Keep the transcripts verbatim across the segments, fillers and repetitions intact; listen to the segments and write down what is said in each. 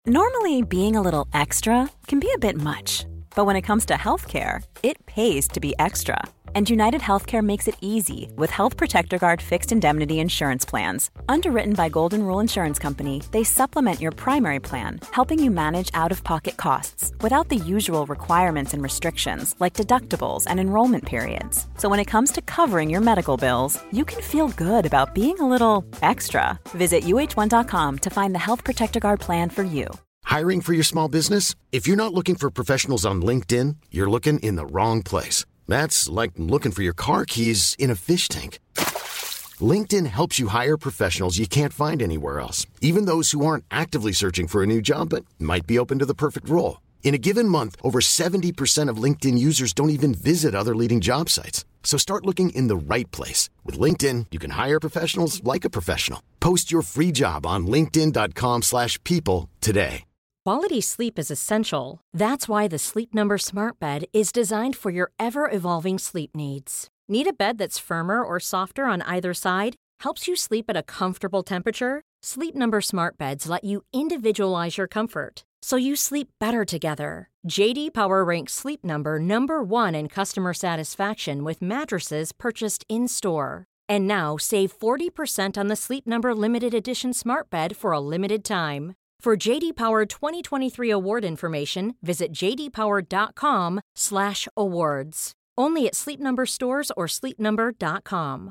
Normally, being a little extra can be a bit much, but when it comes to healthcare, it pays to be extra. And United Healthcare makes it easy with Health Protector Guard fixed indemnity insurance plans. Underwritten by Golden Rule Insurance Company, they supplement your primary plan, helping you manage out-of-pocket costs without the usual requirements and restrictions like deductibles and enrollment periods. So when it comes to covering your medical bills, you can feel good about being a little extra. Visit U H one dot com to find the Health Protector Guard plan for you. Hiring for your small business? If you're not looking for professionals on LinkedIn, you're looking in the wrong place. That's like looking for your car keys in a fish tank. LinkedIn helps you hire professionals you can't find anywhere else, even those who aren't actively searching for a new job but might be open to the perfect role. In a given month, over seventy percent of LinkedIn users don't even visit other leading job sites. So start looking in the right place. With LinkedIn, you can hire professionals like a professional. Post your free job on linkedin dot com slash people today. Quality sleep is essential. That's why the Sleep Number Smart Bed is designed for your ever-evolving sleep needs. Need a bed that's firmer or softer on either side? Helps you sleep at a comfortable temperature? Sleep Number Smart Beds let you individualize your comfort, so you sleep better together. J D Power ranks Sleep Number number one in customer satisfaction with mattresses purchased in-store. And now save forty percent on the Sleep Number Limited Edition Smart Bed for a limited time. For J D Power twenty twenty-three award information, visit j d power dot com slash awards. Only at Sleep Number stores or sleep number dot com.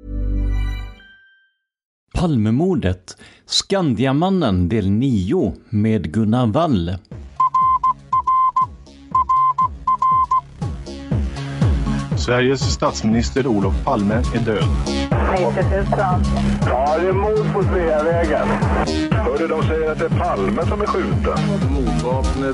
Palmemordet, Skandiamannen del nio med Gunnar Wall. Sveriges statsminister Olof Palme är död. Ja, det är mord på Sveavägen. Hörde de säger att det är Palme som är skjuten. Mordvapnet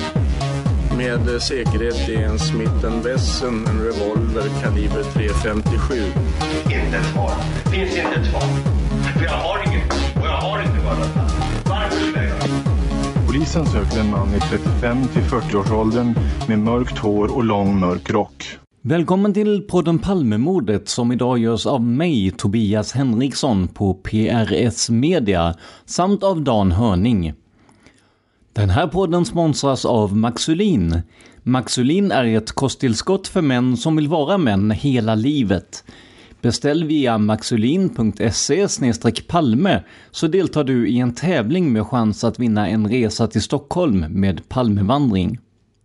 med säkerhet är en Smith and Wesson, en revolver kaliber tre femtiosju. Inte ett svar. Det finns inte ett svar. För jag har inget. Och jag har inte varit. Varför skulle jag? Polisen söker en man i trettiofem till fyrtio-årsåldern med mörkt hår och lång mörk rock. Välkommen till podden Palmemordet som idag görs av mig, Tobias Henriksson på P R S Media samt av Dan Hörning. Den här podden sponsras av Maxulin. Maxulin är ett kosttillskott för män som vill vara män hela livet. Beställ via maxulin punkt se slash palme så deltar du i en tävling med chans att vinna en resa till Stockholm med Palmevandring.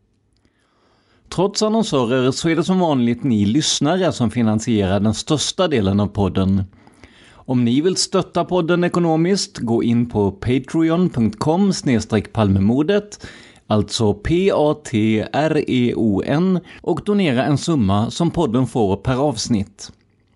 Trots annonsörer så är det som vanligt ni lyssnare som finansierar den största delen av podden. Om ni vill stötta podden ekonomiskt, gå in på patreon punkt com slash palmemordet, alltså P A T R E O N, och donera en summa som podden får per avsnitt.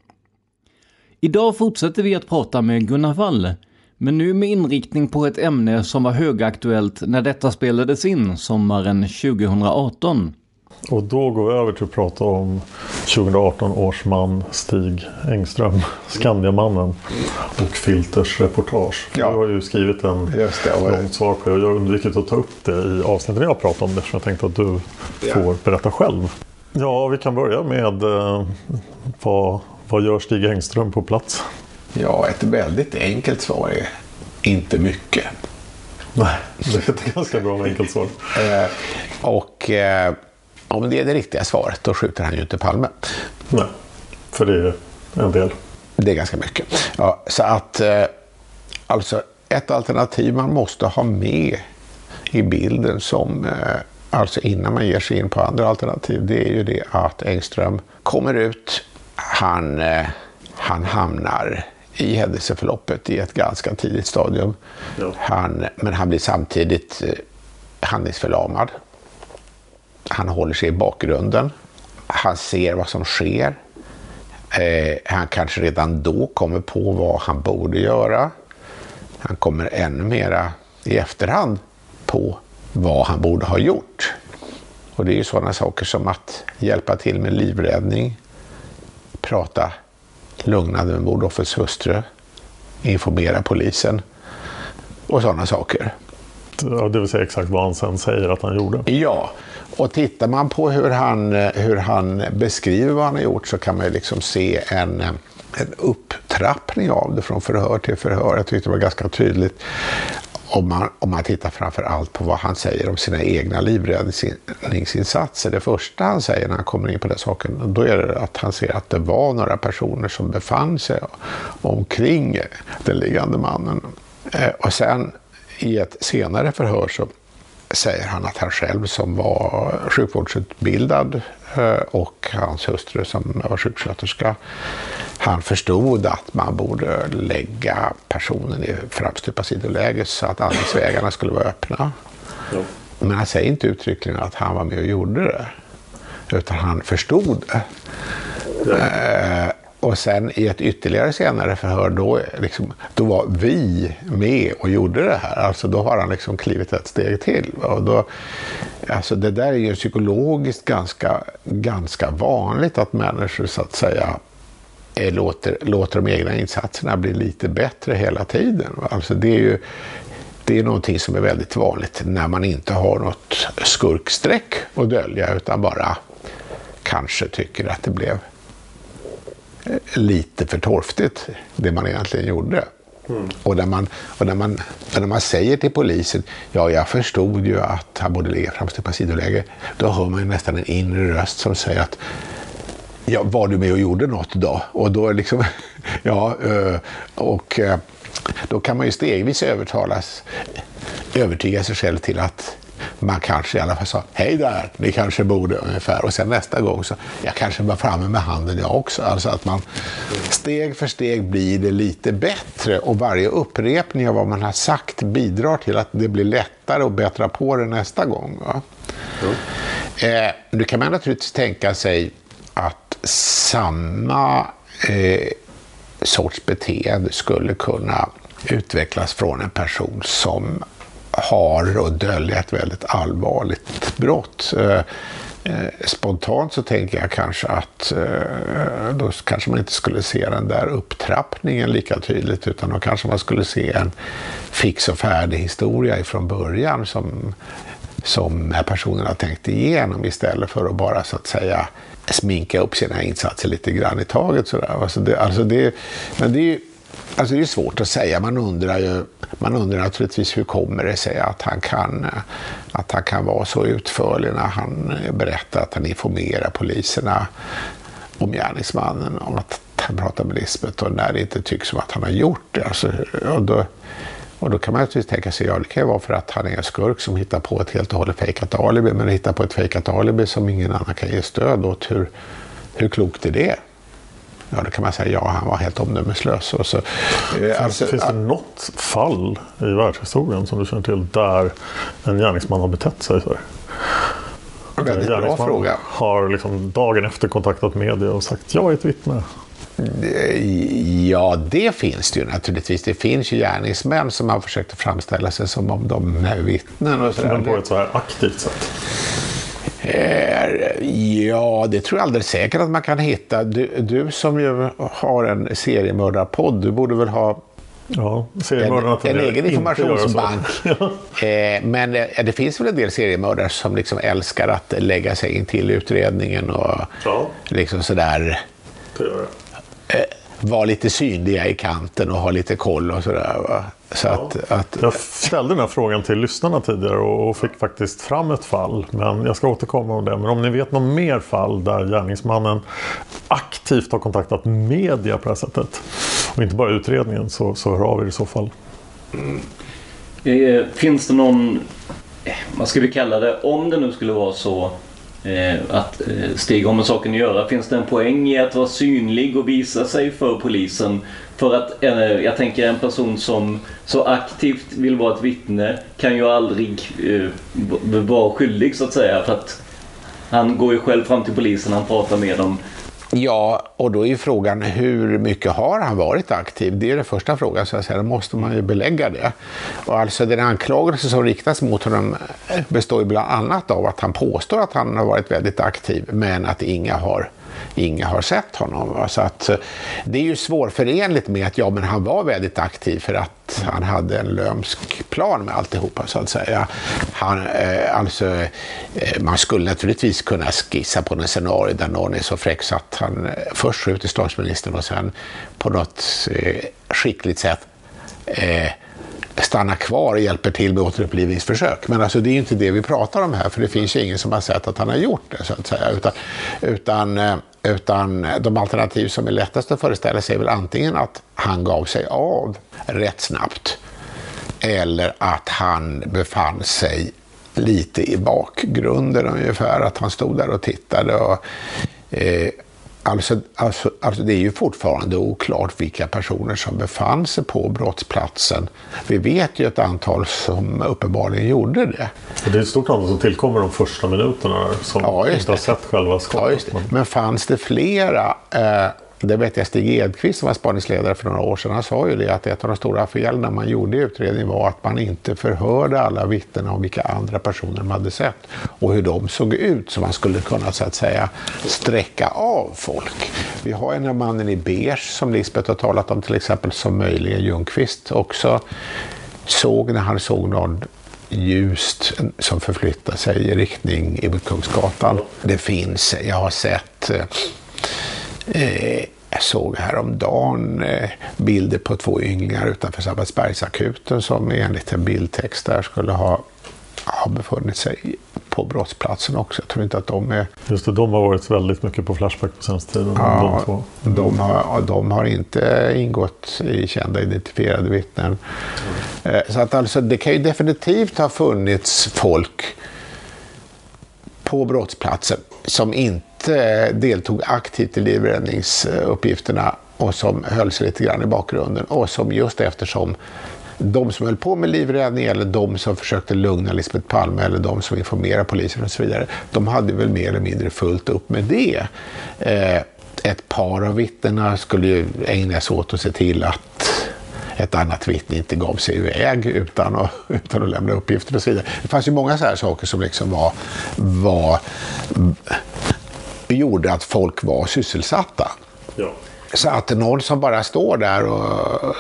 Idag fortsätter vi att prata med Gunnar Wall, men nu med inriktning på ett ämne som var högaktuellt när detta spelades in sommaren tjugoarton. Och då går vi över till att prata om tjugoarton års man Stig Engström, Skandiamannen och Filters reportage. Ja. Du har ju skrivit en långt svar på det och jag har undvikit att ta upp det i avsnittet jag pratar om det, så jag tänkte att du ja. får berätta själv. Ja, vi kan börja med eh, vad, vad gör Stig Engström på plats? Ja, ett väldigt enkelt svar är inte mycket. Nej, det är ett ganska bra enkelt svar. eh, och... Eh, Om det är det riktiga svaret, då skjuter han ju inte Palme. Nej, för det är en del. Det är ganska mycket. Ja, så att, eh, alltså ett alternativ man måste ha med i bilden som, eh, alltså innan man ger sig in på andra alternativ, det är ju det att Engström kommer ut, han, eh, han hamnar i händelseförloppet i ett ganska tidigt stadium. Ja. Han, men han blir samtidigt eh, handlingsförlamad. Han håller sig i bakgrunden. Han ser vad som sker. Eh, han kanske redan då kommer på vad han borde göra. Han kommer ännu mera i efterhand på vad han borde ha gjort. Och det är ju sådana saker som att hjälpa till med livräddning, prata lugnande med mordoffrets hustru, informera polisen och sådana saker. Ja, det vill säga exakt vad han sen säger att han gjorde. Ja, och tittar man på hur han, hur han beskriver vad han har gjort så kan man ju liksom se en, en upptrappning av det från förhör till förhör. Jag tyckte det var ganska tydligt. om man, om man tittar framför allt på vad han säger om sina egna livräddningsinsatser. Det första han säger när han kommer in på den saken, då är det att han ser att det var några personer som befann sig omkring den liggande mannen. Och sen i ett senare förhör så säger han att han själv som var sjukvårdsutbildad och hans hustru som var sjuksköterska, han förstod att man borde lägga personen i framstupa sidoläge så att andningsvägarna skulle vara öppna. Ja. Men han säger inte uttryckligen att han var med och gjorde det, utan han förstod det. Ja. Eh, och sen i ett ytterligare senare förhör då, liksom, då var vi med och gjorde det här. Alltså då har han liksom klivit ett steg till. Och då, alltså det där är ju psykologiskt ganska, ganska vanligt att människor så att säga låter, låter de egna insatserna bli lite bättre hela tiden. Alltså det är ju det är någonting som är väldigt vanligt när man inte har något skurksträck att dölja, utan bara kanske tycker att det blev lite för torftigt det man egentligen gjorde. Mm. Och, när man, och när, man, när man säger till polisen, ja jag förstod ju att han borde ligga framstupa sidoläge, då hör man ju nästan en inre röst som säger att ja, var du med och gjorde något då? Och då är liksom, ja, och då kan man ju stegvis övertalas, övertyga sig själv till att man kanske i alla fall sa, hej där, ni kanske borde ungefär. Och sen nästa gång så, jag kanske var framme med handen jag också. Alltså att man steg för steg blir det lite bättre. Och varje upprepning av vad man har sagt bidrar till att det blir lättare att bättra på det nästa gång. Va? Mm. Eh, nu kan man naturligtvis tänka sig att samma eh, sorts beteende skulle kunna utvecklas från en person som har och dölja ett väldigt allvarligt brott. Eh, eh, spontant så tänker jag kanske att eh, då kanske man inte skulle se den där upptrappningen lika tydligt, utan då kanske man skulle se en fix och färdig historia ifrån början som, som personen har tänkt igenom, istället för att bara så att säga sminka upp sina insatser lite grann i taget. Sådär. Alltså det, alltså det, men det är ju Alltså det är svårt att säga. Man undrar ju, man undrar naturligtvis hur kommer det sig att han kan, att han kan vara så utförlig när han berättar att han informerar poliserna om gärningsmannen, om att han pratar med Lisbeth, och när det inte tycks som att han har gjort det. Alltså, och, då, och då kan man naturligtvis tänka sig, ja det kan ju vara för att han är en skurk som hittar på ett helt och hållet fejkat alibi, men hittar på ett fejkat alibi som ingen annan kan ge stöd åt. Hur, hur klokt är det? Ja, då kan man säga, ja, han var helt omdömeslös. Och så, eh, finns, alltså, finns det något fall i världshistorien som du känner till där en gärningsman har betett sig så? En väldigt bra fråga. Har liksom dagen efter kontaktat media och sagt, jag är ett vittne. Ja, det finns det ju naturligtvis. Det finns ju gärningsmän som har försökt framställa sig som om de är vittnen. Och så men på ett så här aktivt sätt? Ja, det tror jag alldeles säkert att man kan hitta. Du, du som ju har en seriemördarpodd, du borde väl ha ja, en, en egen informationsbank. Ja. eh, men eh, det finns väl en del seriemördare som liksom älskar att lägga sig in till utredningen och ja. liksom sådär det gör jag. Eh, vara lite synliga i kanten och ha lite koll och sådär, va? Så ja. att, att, jag ställde den här frågan till lyssnarna tidigare och fick faktiskt fram ett fall, men jag ska återkomma om det. Men om ni vet något mer fall där gärningsmannen aktivt har kontaktat media på det här sättet och inte bara utredningen, så, så hör av er i så fall. Mm. Finns det någon, vad ska vi kalla det, om det nu skulle vara så Eh, att eh, Stig har med saken att göra, finns det en poäng i att vara synlig och visa sig för polisen? För att eh, jag tänker en person som så aktivt vill vara ett vittne kan ju aldrig eh, vara skyldig så att säga, för att han går ju själv fram till polisen, han pratar med dem. Ja, och då är ju frågan, hur mycket har han varit aktiv? Det är den första frågan, så att säga. Då måste man ju belägga det. Och alltså den anklagelse som riktas mot honom består ju bland annat av att han påstår att han har varit väldigt aktiv, men att inga har Inga har sett honom. Så att det är ju svårförenligt med att ja, men han var väldigt aktiv för att han hade en lömsk plan med alltihopa, så att säga. Han, eh, alltså, eh, man skulle naturligtvis kunna skissa på en scenario där någon är så fräck så att han eh, först skjuter statsministern och sen på något eh, skickligt sätt eh, stannar kvar och hjälper till med återupplivningsförsök. Men alltså det är ju inte det vi pratar om här, för det finns ju ingen som har sett att han har gjort det, så att säga. Utan, utan, utan de alternativ som är lättast att föreställa sig är väl antingen att han gav sig av rätt snabbt, eller att han befann sig lite i bakgrunden ungefär, att han stod där och tittade. Och, eh, alltså, alltså, alltså det är ju fortfarande oklart vilka personer som befann sig på brottsplatsen. Vi vet ju ett antal som uppenbarligen gjorde det. Det är ett stort antal som tillkommer de första minuterna som ja, inte har sett själva skottet. Ja, just det. Men fanns det flera... Eh, Det vet jag Stig Edqvist som var spaningsledare för några år sedan. Han sa ju det att ett av de stora felen man gjorde i utredningen var att man inte förhörde alla vittnen om vilka andra personer de hade sett och hur de såg ut, så man skulle kunna så att säga sträcka av folk. Vi har en av mannen i beige som Lisbeth har talat om till exempel, som möjligen Ljungqvist också såg när han såg någon ljust som förflyttade sig i riktning mot Kungsgatan. Det finns, jag har sett... Eh, jag såg häromdagen eh, bilder på två ynglingar utanför Sabbatsbergsakuten som enligt en bildtext där skulle ha, ha befunnit sig på brottsplatsen också. Jag tror inte att de är... Just det, de har varit väldigt mycket på Flashback på senaste tiden. Ja, de, två. De, har, de har inte ingått i kända identifierade vittnen. Mm. Eh, så att alltså, det kan ju definitivt ha funnits folk på brottsplatsen som inte deltog aktivt i livräddningsuppgifterna och som höll sig lite grann i bakgrunden, och som just eftersom de som höll på med livräddning eller de som försökte lugna Lisbeth Palme eller de som informerade polisen och så vidare, de hade väl mer eller mindre fullt upp med det. Ett par av vittnena skulle ju ägna sig åt att se till att ett annat vittne inte gav sig iväg utan att, utan att lämna uppgifter och så vidare. Det fanns ju många så här saker som liksom var, var gjorde att folk var sysselsatta. Ja. Så att någon som bara står där och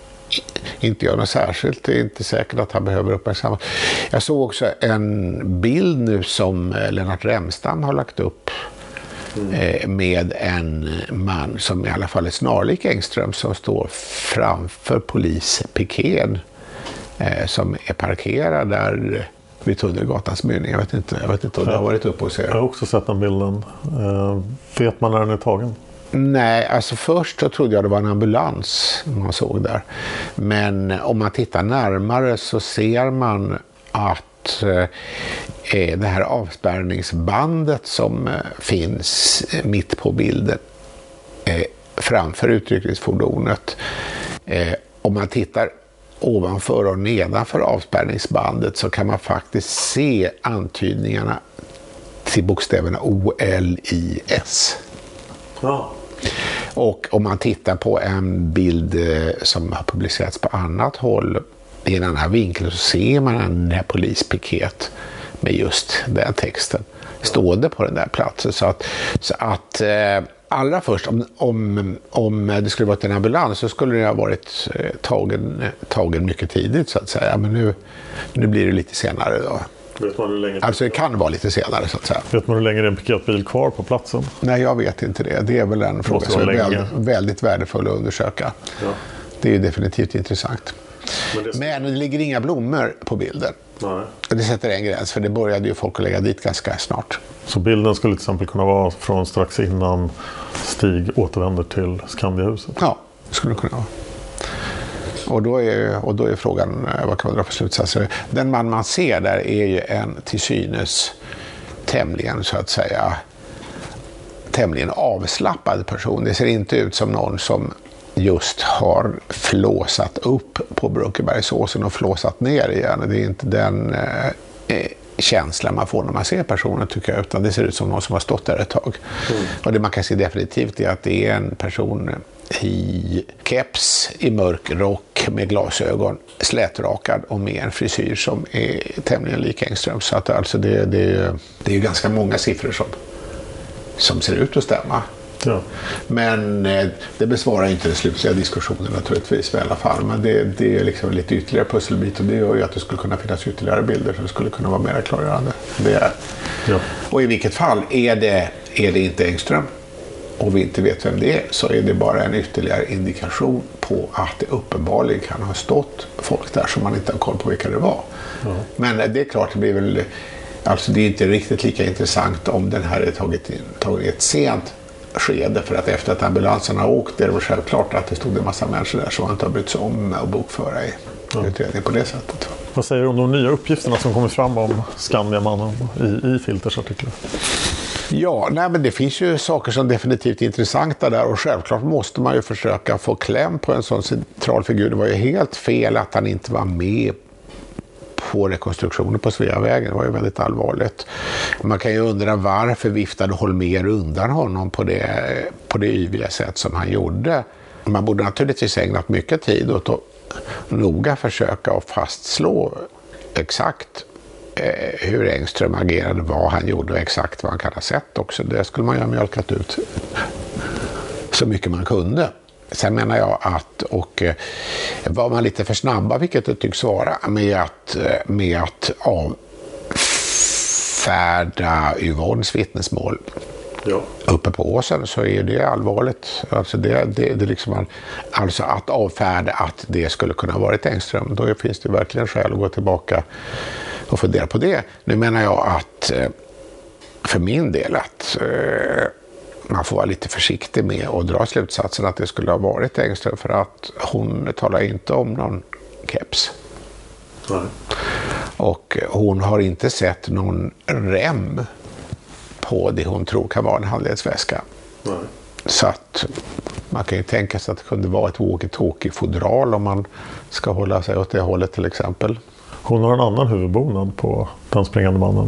inte gör något särskilt, det är inte säkert att han behöver uppmärksammas. Jag såg också en bild nu som Lennart Remstam har lagt upp mm. med en man som i alla fall är snarlik Engström, som står framför polispikén eh, som är parkerad där vid Tunnelgatans mynning. Jag vet inte, jag vet inte om det har varit uppe och se. Jag har också sett den bilden. Eh, vet man när den är tagen? Nej, alltså först så trodde jag det var en ambulans man såg där. Men om man tittar närmare så ser man att eh, det här avspärrningsbandet som eh, finns mitt på bilden eh, framför utryckningsfordonet. Eh, om man tittar ovanför och nedanför avspärrningsbandet så kan man faktiskt se antydningarna till bokstäverna O L I S. Ja. Och om man tittar på en bild som har publicerats på annat håll i en annan vinkel så ser man en här polispiket med just den texten stående på den där platsen. Så att, så att eh, allra först, om, om, om det skulle varit en ambulans så skulle det ha varit eh, tagen, tagen mycket tidigt så att säga. Men nu, nu blir det lite senare då. Vet man hur länge alltså det kan vara lite senare så att säga. Vet man hur länge det är en piketbil kvar på platsen? Nej, jag vet inte det. Det är väl en fråga som är väldigt, väldigt värdefull att undersöka. Ja. Det är ju definitivt intressant. Men det, Men det ligger inga blommor på bilden. Nej. Det sätter en gräns, för det började ju folk att lägga dit ganska snart. Så bilden skulle till exempel kunna vara från strax innan Stig återvänder till Skandiahuset? Ja, det skulle det kunna vara. Och då, är, och då är frågan, vad kan man dra för slutsatser? Den man man ser där är ju en till synes tämligen så att säga tämligen avslappad person. Det ser inte ut som någon som just har flåsat upp på Brunkebergsåsen och flåsat ner igen. Det är inte den eh, känslan man får när man ser personen, tycker jag, utan det ser ut som någon som har stått där ett tag. Mm. Och det man kan se definitivt är att det är en person i keps, i mörk rock med glasögon, slätrakad och med en frisyr som är tämligen lik Engström. Så att alltså det, det, det är ju ganska många siffror som, som ser ut att stämma. Ja. Men eh, det besvarar inte den slutliga diskussionen naturligtvis i alla fall. Men det, det är liksom lite ytterligare pusselbit, och det gör ju att det skulle kunna finnas ytterligare bilder som skulle kunna vara mer klargörande. Det är. Ja. Och i vilket fall är det, är det inte Engström och vi inte vet vem det är, så är det bara en ytterligare indikation på att det uppenbarligen kan ha stått folk där som man inte har koll på vilka det var. Mm. Men det är klart, det blir väl, alltså det är inte riktigt lika intressant om den här är tagit in, tagit i ett sent skede, för att efter att ambulansen har åkt är det självklart att det stod en massa människor där som inte har brytt sig om att bokföra i mm. utredningen på det sättet. Vad säger du om de nya uppgifterna som kommer fram om Skandiamannen i, i Filters artikel? Ja, nej, men det finns ju saker som definitivt är intressanta där, och självklart måste man ju försöka få kläm på en sån central figur. Det var ju helt fel att han inte var med på rekonstruktionen på Sveavägen. Det var ju väldigt allvarligt. Man kan ju undra varför viftade Holmér undan honom på det, på det yviga sätt som han gjorde. Man borde naturligtvis ägnat mycket tid åt att noga försöka att fastslå exakt eh, hur Engström agerade, vad han gjorde och exakt vad han kan ha sett också. Det skulle man ju ha mjölkat ut så mycket man kunde. Sen menar jag att, och eh, var man lite för snabba, vilket det tycks vara, med att, med att avfärda Yvonnes vittnesmål ja. uppe på Åsen, så är det allvarligt. Alltså, det, det, det liksom, alltså att avfärda att det skulle kunna ha varit Engström, då finns det verkligen skäl att gå tillbaka och fundera på det. Nu menar jag att, för min del, att man får vara lite försiktig med att dra slutsatsen att det skulle ha varit Engström, för att hon talar inte om någon keps. Nej. Och hon har inte sett någon rem på det hon tror kan vara en handledsväska. Nej. Så att man kan ju tänka sig att det kunde vara ett walkie-talkie-fodral om man ska hålla sig åt det hållet till exempel. Hon har en annan huvudbonad på den springande mannen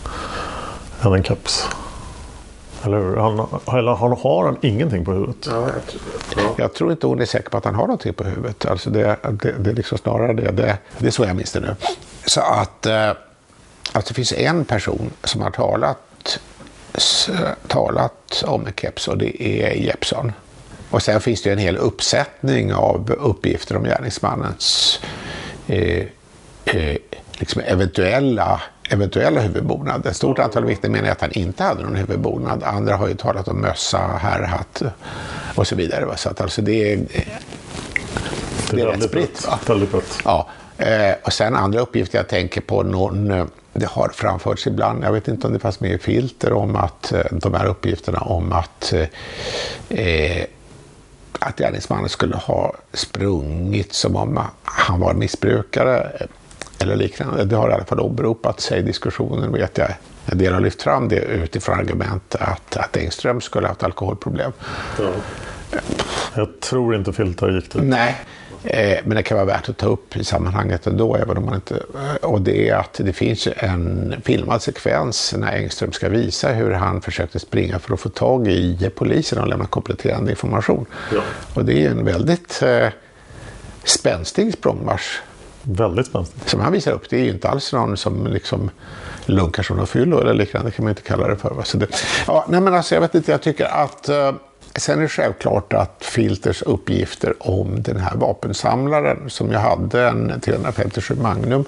än en keps. Eller hur? Han, eller han har han ingenting på huvudet? Ja, jag, tror, ja. jag tror inte hon är säker på att han har någonting på huvudet. Alltså det, det, det är liksom snarare det. det. Det är så jag minns det nu. Så att, eh, att det finns en person som har talat, s, talat om en keps, och det är Jeppsson. Och sen finns det en hel uppsättning av uppgifter om gärningsmannens eh, eh, liksom eventuella eventuella huvudbonad. Ett stort antal vittnen menar att han inte hade någon huvudbonad. Andra har ju talat om mössa, herrhatt och så vidare. Så att alltså det är, det är rätt spritt. Väldigt brett. Ja. Och sen andra uppgifter jag tänker på, någon, det har framförts ibland, jag vet inte om det fanns med i Filter, om att de här uppgifterna om att eh, att gärningsmannen skulle ha sprungit som om han var missbrukare eller liknande. Det har i alla fall åberopat sig i diskussionen, vet jag. En del har lyft fram det utifrån argument att, att Engström skulle ha haft alkoholproblem. Ja. Jag tror inte Filter gick dit. Nej, eh, men det kan vara värt att ta upp i sammanhanget ändå, även om man inte... Och det är att det finns en filmad sekvens när Engström ska visa hur han försökte springa för att få tag i polisen och lämna kompletterande information. Ja. Och det är en väldigt eh, spänstig språngmarsch. Väldigt spänstigt. Som han visar upp, det är ju inte alls någon som liksom lunkar som de fyllo eller liknande, kan man inte kalla det för. Så det, ja, nej men alltså jag vet inte, jag tycker att uh, sen är det självklart att Filters uppgifter om den här vapensamlaren som jag hade en trehundrafemtiosju Magnum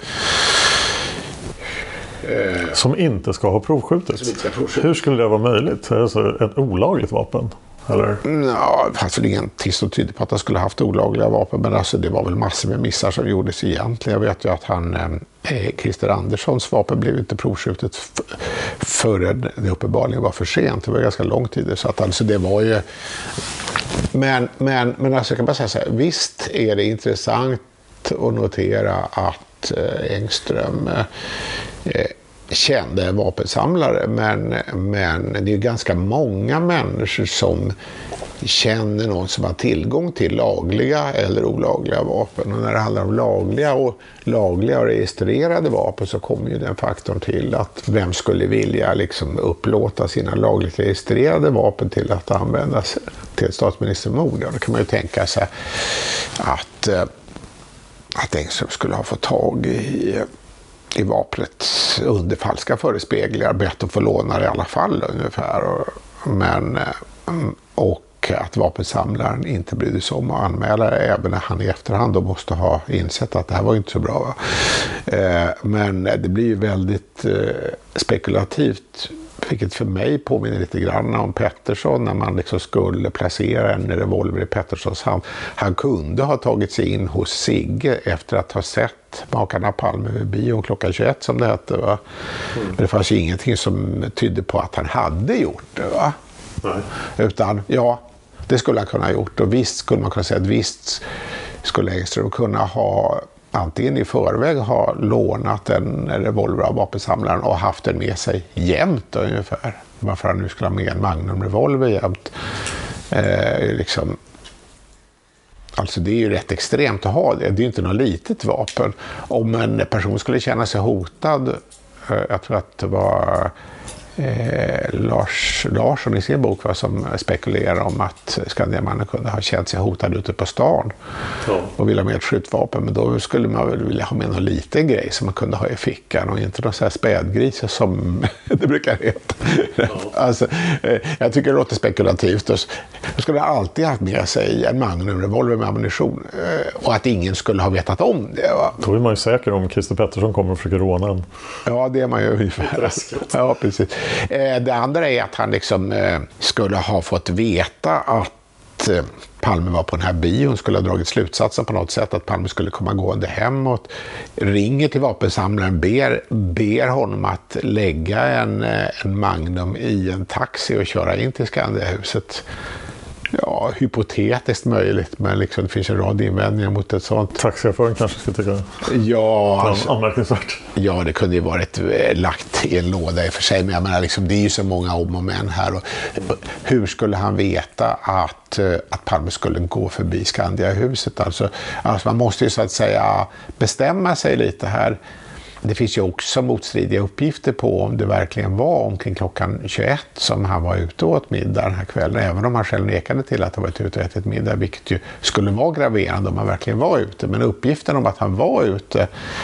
uh, som inte ska ha provskjutits. Hur skulle det vara möjligt? Alltså ett olagligt vapen? Eller? Ja, alltså det är inte så tydligt på att han skulle ha haft olagliga vapen, men alltså det var väl massor med missar som gjordes egentligen. Jag vet ju att han, eh, Christer Anderssons vapen blev inte provskjutet f- förrän det uppenbarligen var för sent. Det var ganska lång tid, så att alltså det var ju... Men, men, men alltså jag kan bara säga så här, visst är det intressant att notera att eh, Engström eh, kände vapensamlare, men, men det är ganska många människor som känner någon som har tillgång till lagliga eller olagliga vapen. Och när det handlar om lagliga och lagliga och registrerade vapen så kommer ju den faktorn till att vem skulle vilja liksom upplåta sina lagligt registrerade vapen till att användas till ett statsministermord. Då kan man ju tänka sig att, att Engström skulle ha fått tag i i vapnet under falska förespeglingar, bett att få låna det i alla fall ungefär. Men, och att vapensamlaren inte brydde sig om att anmäla det, även när han i efterhand då måste ha insett att det här var inte så bra. Va? Men det blir ju väldigt spekulativt vilket för mig påminner lite grann om Pettersson när man liksom skulle placera en revolver i Petterssons hand. Han kunde ha tagit sig in hos Sigge efter att ha sett makarna Palme vid bion klockan tjugoett som det hette. Va? Mm. Men det fanns ju ingenting som tydde på att han hade gjort det. Va? Nej. Utan ja, det skulle han kunna ha gjort. Och visst skulle man kunna säga att visst skulle Engström kunna ha antingen i förväg ha lånat en revolver av vapensamlaren och haft den med sig jämt ungefär. Varför han nu skulle ha med en Magnum-revolver jämt. Eh, liksom. Alltså det är ju rätt extremt att ha det. Det är ju inte något litet vapen. Om en person skulle känna sig hotad, eh, jag tror att det var Eh, Lars Larsson i sin bok va, som spekulerar om att Skandiamannen kunde ha känt sig hotad ute på stan ja. och ville ha med ett skjutvapen, men då skulle man väl vilja ha med någon liten grej som man kunde ha i fickan och inte någon så här spädgris som det brukar heta. Ja. Alltså, eh, jag tycker det låter spekulativt. Och då skulle jag alltid haft med sig en Magnum-revolver med ammunition eh, och att ingen skulle ha vetat om det. Va? Då är man ju säker om Christer Pettersson kommer och försöker råna en. Ja, det är man ju ungefär. Ja, precis. Det andra är att han liksom eh, skulle ha fått veta att eh, Palme var på den här bion, skulle ha dragit slutsatsen på något sätt att Palme skulle komma gående hemåt, ringer till vapensamlaren, ber, ber honom att lägga en, en Magnum i en taxi och köra in till Skandiahuset. Ja, hypotetiskt möjligt, men liksom det finns en rad invändningar mot ett sånt. Taxichauffören kanske ska tycka ja, alltså, anmärkningsvärt. Ja, det kunde ju varit lagt i en låda i och för sig, men jag menar, liksom, det är ju så många om och men här. Och hur skulle han veta att, att Palme skulle gå förbi Skandiahuset? Alltså, alltså man måste ju så att säga bestämma sig lite här. Det finns ju också motstridiga uppgifter på om det verkligen var omkring klockan tjugoett som han var ute och åt middag den här kvällen. Även om han själv nekade till att han var ute och ätit middag, vilket ju skulle vara graverande om han verkligen var ute. Men uppgiften om att han var ute,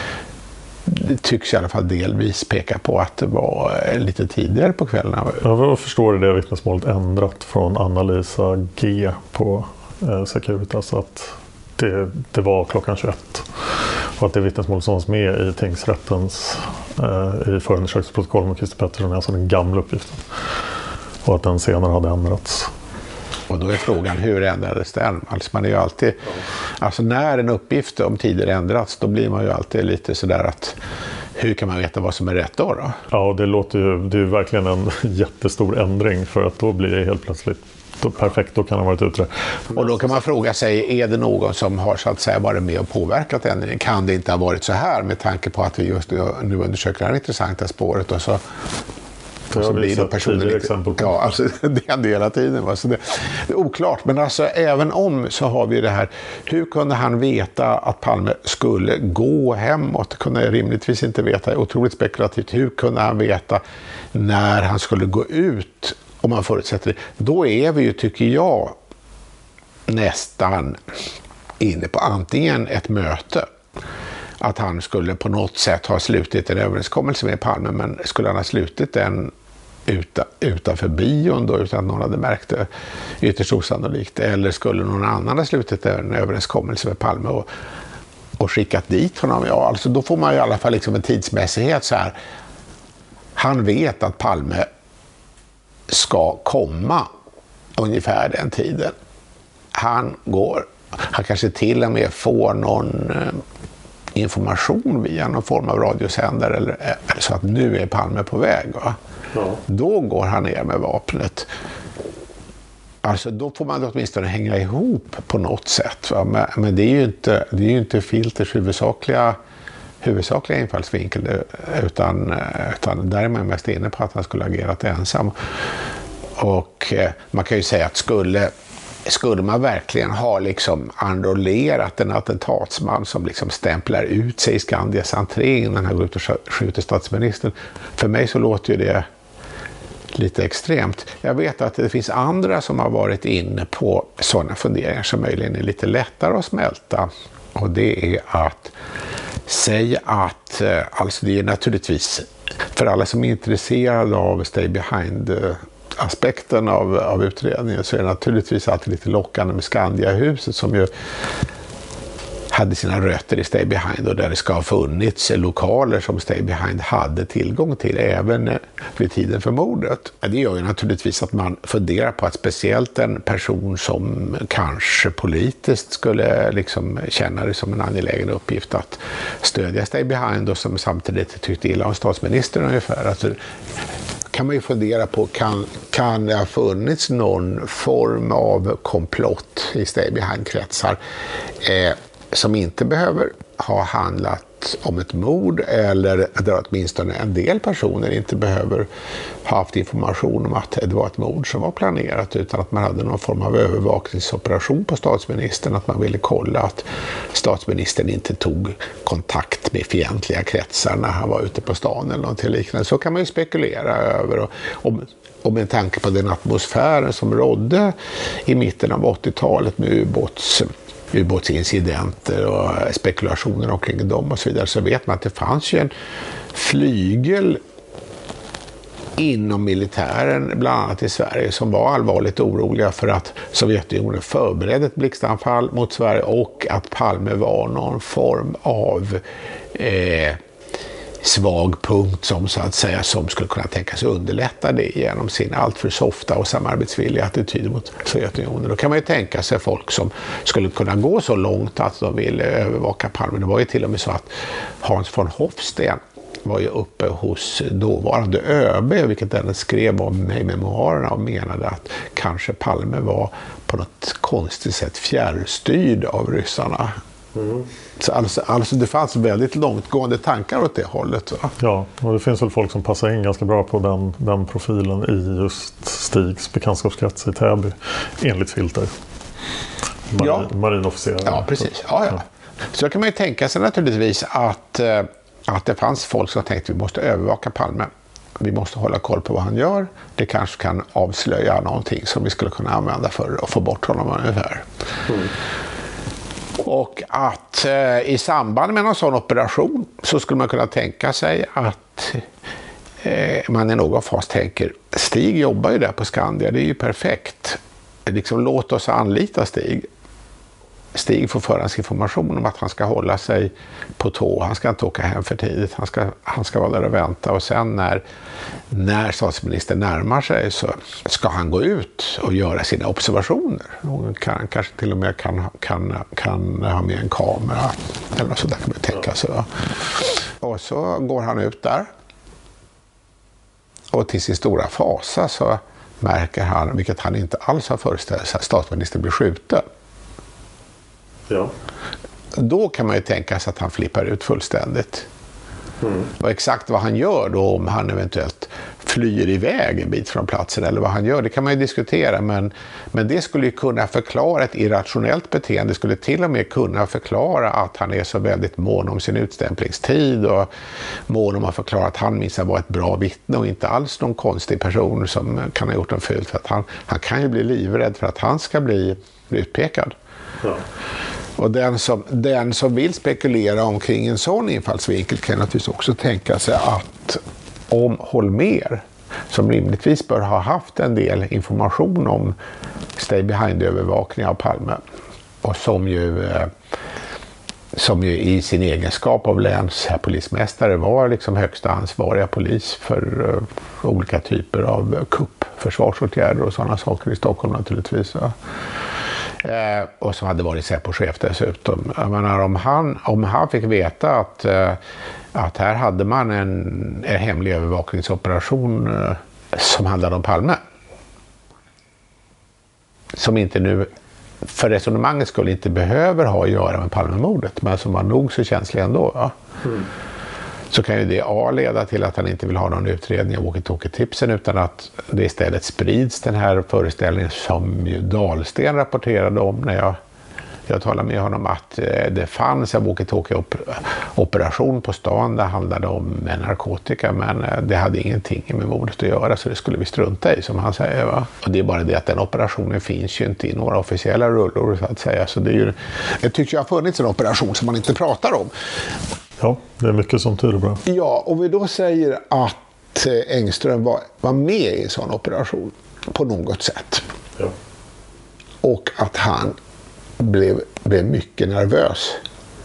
det tycks i alla fall delvis peka på att det var lite tidigare på kvällen. Jag förstår det vittnesmålet ändrat från Anna-Lisa G på eh, Securitas att det, det var klockan tjugoett. Och att det vittnesmål som var med i tingsrättens eh, i förundersökningsprotokoll med Christer Pettersson är alltså den gamla uppgiften. Och att den senare hade ändrats. Och då är frågan, hur ändrades den? Alltså man är ju alltid, alltså när en uppgift om tider ändras, då blir man ju alltid lite sådär att hur kan man veta vad som är rätt då? då? Ja, det låter ju, det är ju verkligen en jättestor ändring, för att då blir det helt plötsligt då perfekt, då kan han varit ute. Och då kan man fråga sig, är det någon som har så att säga varit med och påverkat ändringen? Kan det inte ha varit så här med tanke på att vi just nu undersöker det här intressanta spåret och så, och så blir det personer lite, ja, alltså det händer hela tiden. Va? Så det, det är oklart, men alltså även om så har vi det här, hur kunde han veta att Palme skulle gå hemåt? Kunde jag rimligtvis inte veta, otroligt spekulativt. Hur kunde han veta när han skulle gå ut? Om man förutsätter det, då är vi ju, tycker jag, nästan inne på antingen ett möte. Att han skulle på något sätt ha slutit en överenskommelse med Palme, men skulle han ha slutit den utan, utanför bion då, utan att någon hade märkt det, ytterst osannolikt. Eller skulle någon annan ha slutit en överenskommelse med Palme och, och skickat dit honom? Ja, alltså då får man i alla fall liksom en tidsmässighet så här. Han vet att Palme ska komma ungefär den tiden. Han går, han kanske till och med får någon eh, information via någon form av radiosändare eller, eller så att nu är Palme på väg. Va? Ja. Då går han ner med vapnet. Alltså då får man åtminstone hänga ihop på något sätt. Va? Men, men det är ju inte, det är ju inte Filters huvudsakliga huvudsakliga infallsvinkel, utan, utan där är man mest inne på att han skulle ha agerat ensam. Och eh, man kan ju säga att skulle, skulle man verkligen ha liksom enrollerat en attentatsman som liksom stämplar ut sig i Skandias entré innan han går ut och skjuter statsministern, för mig så låter ju det lite extremt. Jag vet att det finns andra som har varit inne på sådana funderingar som möjligen är lite lättare att smälta, och det är att säga att, alltså det är naturligtvis för alla som är intresserade av stay behind-aspekten av, av utredningen, så är det naturligtvis alltid lite lockande med Skandiahuset som ju hade sina rötter i Stay Behind och där det ska ha funnits lokaler som Stay Behind hade tillgång till även vid tiden för mordet. Det gör ju naturligtvis att man funderar på att speciellt en person som kanske politiskt skulle liksom känna det som en angelägen uppgift att stödja Stay Behind och som samtidigt tyckte illa om statsministern ungefär. Alltså, kan man ju fundera på, kan, kan det ha funnits någon form av komplott i Stay Behind-kretsar eh, som inte behöver ha handlat om ett mord eller där åtminstone en del personer inte behöver ha haft information om att det var ett mord som var planerat, utan att man hade någon form av övervakningsoperation på statsministern, att man ville kolla att statsministern inte tog kontakt med fientliga kretsar när han var ute på stan eller något liknande. Så kan man ju spekulera över, och om, och med tanke på den atmosfären som rådde i mitten av åttiotalet med ubåts ubåtsincidenter och spekulationer omkring dem och så vidare, så vet man att det fanns ju en flygel inom militären, bland annat i Sverige, som var allvarligt oroliga för att Sovjetunionen förberedde ett blixtanfall mot Sverige och att Palme var någon form av eh, svag punkt som så att säga som skulle kunna tänkas underlätta det genom sin alltför softa och samarbetsvilliga attityd mot Sovjetunionen. Då kan man ju tänka sig folk som skulle kunna gå så långt att de ville övervaka Palme. Det var ju till och med så att Hans von Hofsten var ju uppe hos dåvarande ÖB, vilket den skrev om i memoarerna, och menade att kanske Palme var på något konstigt sätt fjärrstyrd av ryssarna. Mm. Så alltså, alltså det fanns väldigt långtgående tankar åt det hållet. Va? Ja, och det finns väl folk som passar in ganska bra på den, den profilen i just Stigs bekantskapskrets i Täby, enligt Filter. Mar- ja. Marinofficerare. Ja, precis. Ja, ja. Så kan man ju tänka sig naturligtvis att, att det fanns folk som tänkte att vi måste övervaka Palme. Vi måste hålla koll på vad han gör. Det kanske kan avslöja någonting som vi skulle kunna använda för att få bort honom ungefär. Mm. Och att eh, i samband med någon sån operation så skulle man kunna tänka sig att eh, man i någon fas tänker, Stig jobbar ju där på Skandia, det är ju perfekt. Liksom, låt oss anlita Stig. Stig får förhandsinformation om att han ska hålla sig på tå. Han ska inte åka hem för tidigt. Han ska, han ska vara där och vänta. Och sen när, när statsministern närmar sig så ska han gå ut och göra sina observationer. Och kan, kanske till och med kan, kan, kan ha med en kamera. Eller något sånt där kan man tänka sig. Va? Och så går han ut där. Och till sin stora fasa så märker han, vilket han inte alls har föreställt sig, att statsministern blir skjuten. Ja. Då kan man ju tänka sig att han flippar ut fullständigt. Mm. Och exakt vad han gör då, om han eventuellt flyr iväg en bit från platsen eller vad han gör, det kan man ju diskutera, men, men det skulle ju kunna förklara ett irrationellt beteende. Det skulle till och med kunna förklara att han är så väldigt mån om sin utstämplingstid och mån om att förklara att han minst var ett bra vittne och inte alls någon konstig person som kan ha gjort en fult, för att han, han kan ju bli livrädd för att han ska bli utpekad. Ja. Och den som, den som vill spekulera omkring en sån infallsvinkel kan naturligtvis också tänka sig att om Holmér, som rimligtvis bör ha haft en del information om Stay Behind-övervakning av Palme, och som ju, som ju i sin egenskap av länspolismästare var liksom högsta ansvariga polis för uh, olika typer av kupp, försvarsåtgärder och sådana saker i Stockholm naturligtvis. Ja. Eh, och som hade varit Säpo-chef dessutom. Jag menar, om han, om han fick veta att, eh, att här hade man en, en hemlig övervakningsoperation eh, som handlade om Palme. Som inte nu, för resonemanget skulle inte behöver ha att göra med Palmemordet, men som var nog så känslig ändå. Ja. Mm. Så kan ju det A leda till att han inte vill ha någon utredning av walkie-talkie-tipsen, utan att det istället sprids den här föreställningen som ju Dahlsten rapporterade om när jag, jag talade med honom, att det fanns en walkie-talkie-operation på stan. Det handlade om narkotika, men det hade ingenting med mordet att göra, så det skulle vi strunta i, som han säger. Va? Och det är bara det att den operationen finns ju inte i några officiella rullor, så att säga. Så det är ju, jag tycker jag har funnits en operation som man inte pratar om. Ja, det är mycket som tyder på det. Ja, och vi då säger att Engström var, var med i en sån operation på något sätt. Ja. Och att han blev, blev mycket nervös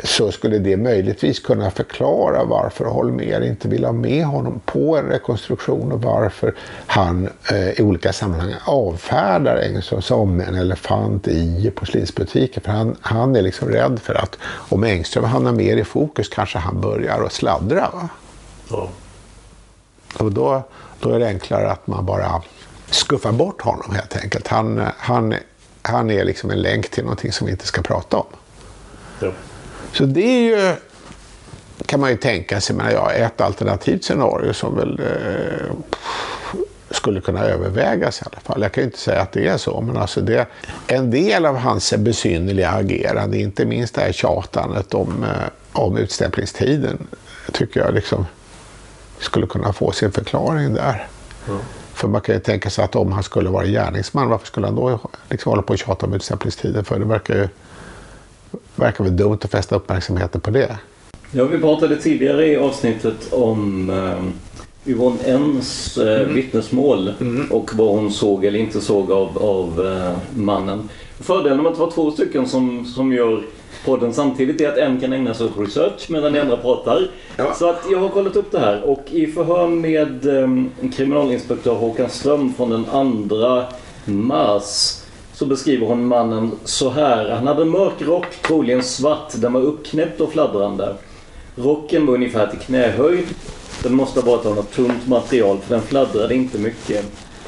så skulle det möjligtvis kunna förklara varför Holmér inte vill ha med honom på en rekonstruktion och varför han eh, i olika sammanhang avfärdar Engström som en elefant i porslinsbutiken. För han, han är liksom rädd för att om Engström hamnar mer i fokus kanske han börjar att sladdra. Va? Ja. Och då, då är det enklare att man bara skuffar bort honom helt enkelt. Han, han, han är liksom en länk till någonting som vi inte ska prata om. Ja. Så det är ju, kan man ju tänka sig, men ja, ett alternativt scenario som väl eh, skulle kunna övervägas i alla fall. Jag kan ju inte säga att det är så, men alltså det, en del av hans besynnerliga agerande, inte minst det här tjatandet om, eh, om utstämplingstiden, tycker jag liksom skulle kunna få sin förklaring där. Mm. För man kan ju tänka sig att om han skulle vara gärningsman, varför skulle han då liksom hålla på och tjata om utstämplingstiden? För det verkar ju verkar väl dumt att fästa uppmärksamheten på det. Ja, vi pratade tidigare i avsnittet om eh, Yvonne N's eh, mm. vittnesmål mm. och vad hon såg eller inte såg av, av eh, mannen. Fördelen med att vara två stycken som, som gör podden samtidigt är att en kan ägna sig åt research medan den andra pratar. Ja. Så att jag har kollat upp det här, och i förhör med eh, kriminalinspektör Håkan Ström från den andra mars så beskriver hon mannen så här. Han hade en mörk rock, troligen svart. Den var uppknäppt och fladdrande. Rocken var ungefär till knähöjd. Den måste ha varit av något tunt material, för den fladdrade inte mycket.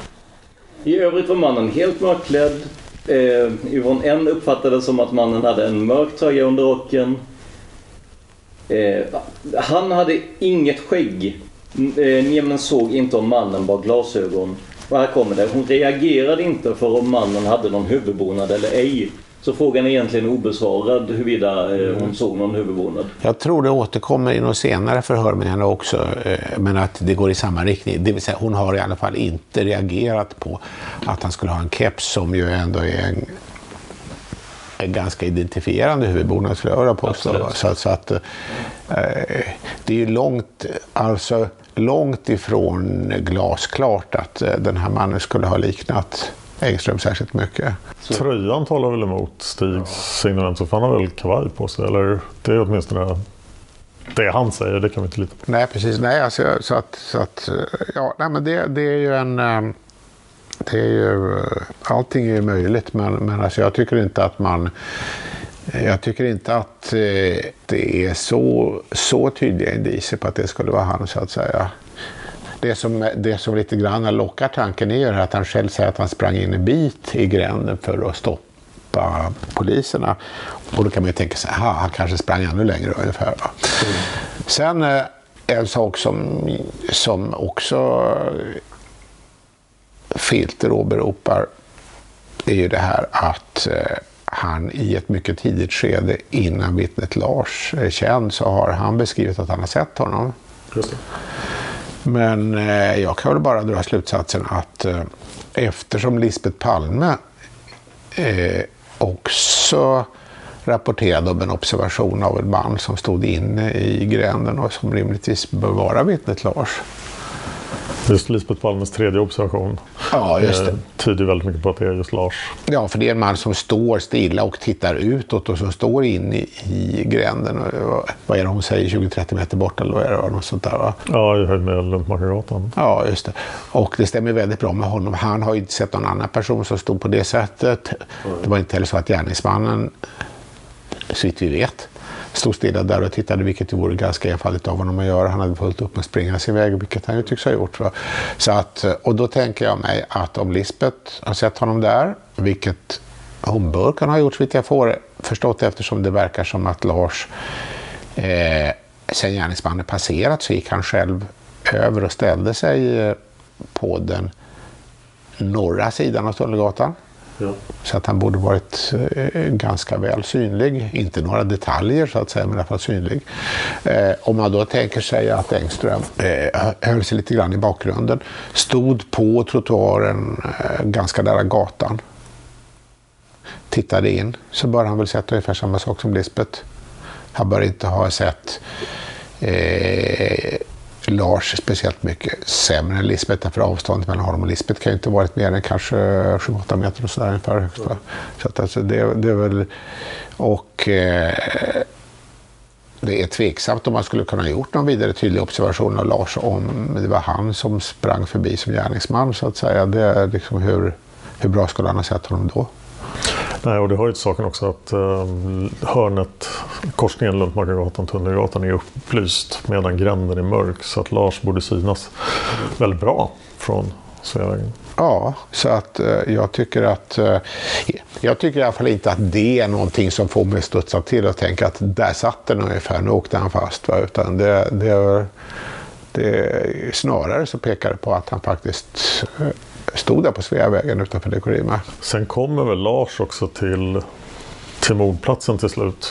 I övrigt var mannen helt mörkklädd. Eh, Yvonne N uppfattade som att mannen hade en mörk tröja under rocken. Eh, han hade inget skägg. Eh, Nämnden såg inte om mannen bar glasögon. Och här kommer det. Hon reagerade inte för om mannen hade någon huvudbonad eller ej. Så frågan är egentligen obesvarad huruvida eh, hon såg någon huvudbonad. Jag tror det återkommer i någon senare förhör med henne också. Eh, men att det går i samma riktning. Det vill säga, hon har i alla fall inte reagerat på att han skulle ha en keps som ju ändå är en, en ganska identifierande huvudbonad, skulle jag höra på. Så, så, så att eh, det är ju långt, alltså långt ifrån glasklart att eh, den här mannen skulle ha liknat Engström särskilt mycket. Så. Tröjan talar väl emot Stigs signalement, så får han har väl kavaj på sig, eller det är åtminstone det han säger, det kan vi inte lita på. Nej, precis. Nej, alltså, så att, så att ja, nej, men det, det är ju en det är ju, allting är ju möjligt, men, men alltså, jag tycker inte att man jag tycker inte att eh, det är så, så tydliga indicier på att det skulle vara han, så att säga. Det som, det som lite grann lockar tanken är att han själv säger att han sprang in en bit i gränden för att stoppa poliserna. Och då kan man ju tänka sig, aha, han kanske sprang ännu längre ungefär. Va? Mm. Sen en sak som, som också Filter åberopar är ju det här att han i ett mycket tidigt skede innan vittnet Lars är känd så har han beskrivit att han har sett honom. Just det. Men eh, jag kan väl bara dra slutsatsen att eh, eftersom Lisbeth Palme eh, också rapporterade om en observation av en man som stod inne i gränden och som rimligtvis bör vara vittnet Lars. Just Lisbeth Palmes tredje observation. Ja, just det. Eh, tyder väldigt mycket på att det är just Lars. Ja, för det är en man som står stilla och tittar utåt och som står inne i, i gränden. Och, vad är det hon säger, tjugo till trettio meter bort eller vad är det, något sånt där, va? Ja, i höjd med Luntmakargatan. Ja, just det. Och det stämmer väldigt bra med honom. Han har ju inte sett någon annan person som stod på det sättet. Mm. Det var inte heller så att gärningsmannen, så vitt vi vet, stod stilla där och tittade, vilket det vore ganska enfaldigt av honom att göra. Han hade fullt upp med att springa sin väg, vilket han ju tycks ha gjort. Va? Så att, och då tänker jag mig att om Lisbeth har sett honom där, vilket hon bör kan ha gjort, så vitt jag får förstått, eftersom det verkar som att Lars eh, sen gärningsmannen passerat så gick han själv över och ställde sig på den norra sidan av Tunnelgatan. Ja. Så att han borde varit eh, ganska väl synlig. Inte några detaljer så att säga, men i alla fall synlig. Eh, om man då tänker sig att Engström eh, höll sig lite grann i bakgrunden. Stod på trottoaren eh, ganska nära gatan. Tittade in. Så bör han väl sett ungefär samma sak som Lisbeth. Han bör inte ha sett eh, Lars speciellt mycket sämre än Lisbeth, för avståndet mellan honom och Lisbeth kan ju inte ha varit mer än kanske sju åtta meter och sådär ungefär högst. Mm. Så att alltså det, det är väl, och eh, det är tveksamt om man skulle kunna ha gjort någon vidare tydlig observation av Lars om det var han som sprang förbi som gärningsman så att säga. Det är liksom hur, hur bra skulle han ha sett honom då? Nej, och det har ju till saken också att eh, hörnet, korsningen Luntmakargatan, Tunnelgatan är upplyst medan gränden är mörk så att Lars borde synas väldigt bra från Sveavägen. Ja, så att eh, jag tycker att eh, jag tycker i alla fall inte att det är någonting som får mig studsa till och tänka att där satt den ungefär, nu åkte han fast, va? Utan det, det, det snarare så pekar det på att han faktiskt eh, stod där på Sveavägen utanför Dekorima. Sen kommer väl Lars också till, till mordplatsen till slut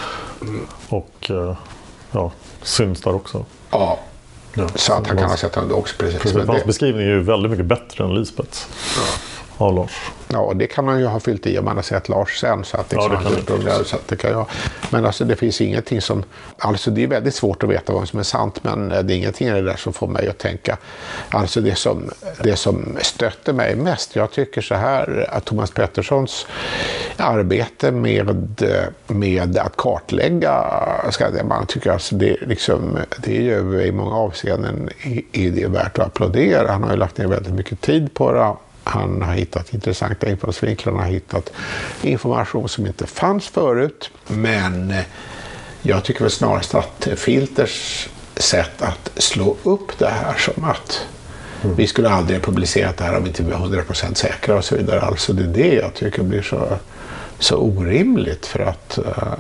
och eh, ja, syns där också. Ja. Ja, så att han kan ha sett honom också. Precis. Precis. Hans beskrivning är ju väldigt mycket bättre än Lisbeths. Ja. Av Lars. Ja, och det kan man ju ha fyllt i om man har sett Lars sen. Så att, liksom, ja, det kan han, så att det kan jag. Men alltså det finns ingenting som... Alltså det är väldigt svårt att veta vad som är sant. Men det är ingenting i det där som får mig att tänka. Alltså det som, det som stötte mig mest. Jag tycker så här att Thomas Petterssons arbete med, med att kartlägga ska det, man tycker alltså det, liksom, det är ju i många avseenden är det värt att applådera. Han har ju lagt ner väldigt mycket tid på det. Han har hittat intressanta infallsvinklar, han har hittat information som inte fanns förut. Men jag tycker väl snarast att Filters sätt att slå upp det här som att mm. vi skulle aldrig ha publicerat det här om vi inte var hundra procent säkra och så vidare. Alltså det är det jag tycker blir så, så orimligt för att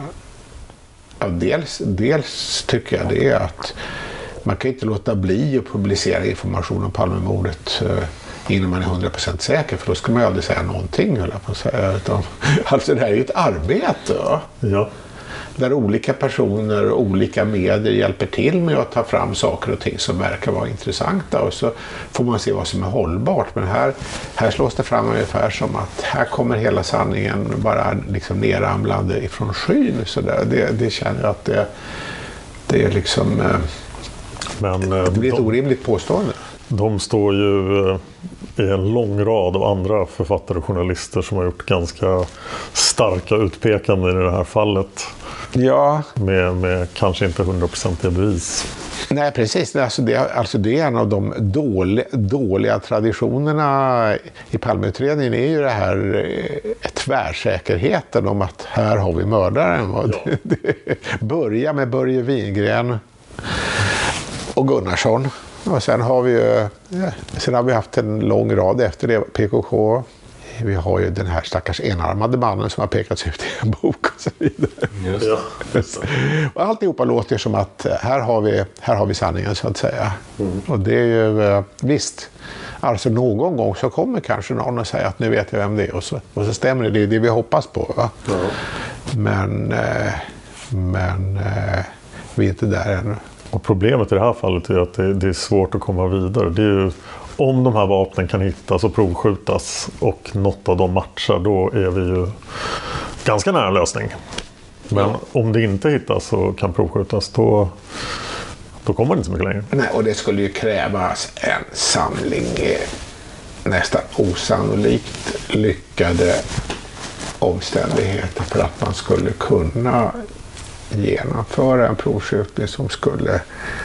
ja, dels, dels tycker jag det är att man kan inte låta bli att publicera information om Palmemordet innan man är hundra procent säker, för då ska man ju aldrig säga någonting, höll jag på att säga. Utan, alltså det här är ju ett arbete. Ja. Där olika personer och olika medier hjälper till med att ta fram saker och ting som verkar vara intressanta, och så får man se vad som är hållbart. Men här, här slås det fram ungefär som att här kommer hela sanningen bara liksom neramlande ifrån skyn. Så där. Det, det känner jag att det, det är liksom... Men, det blir ett de... orimligt påstående. De står ju i en lång rad av andra författare och journalister som har gjort ganska starka utpekanden i det här fallet. Ja. Med, med kanske inte hundraprocentiga bevis. Nej, precis. Alltså det, alltså det är en av de dåliga, dåliga traditionerna i Palmeutredningen är ju det här tvärsäkerheten om att här har vi mördaren. Ja. Det, det, börja med Börje Wingren och Gunnarsson. Och sen har vi ju, sen har vi haft en lång rad efter det, P K K. Vi har ju den här stackars enarmade mannen som har pekats ut i en bok och så vidare. Just. Ja. Och alltihopa låter som att här har vi, här har vi sanningen så att säga. Mm. Och det är ju visst. Alltså någon gång så kommer kanske någon och säger att nu vet jag vem det är. Och så, och så stämmer det, det är det vi hoppas på. Va? Ja. Men, men vi är inte där ännu. Och problemet i det här fallet är att det, det är svårt att komma vidare. Det är ju, om de här vapnen kan hittas och provskjutas och något av dem matchar, då är vi ju ganska nära lösning. Men ja. Om det inte hittas och kan provskjutas, då, då kommer det inte så mycket längre. Nej, och det skulle ju krävas en samling nästan osannolikt lyckade omständigheter för att man skulle kunna genomföra en provskjutning som skulle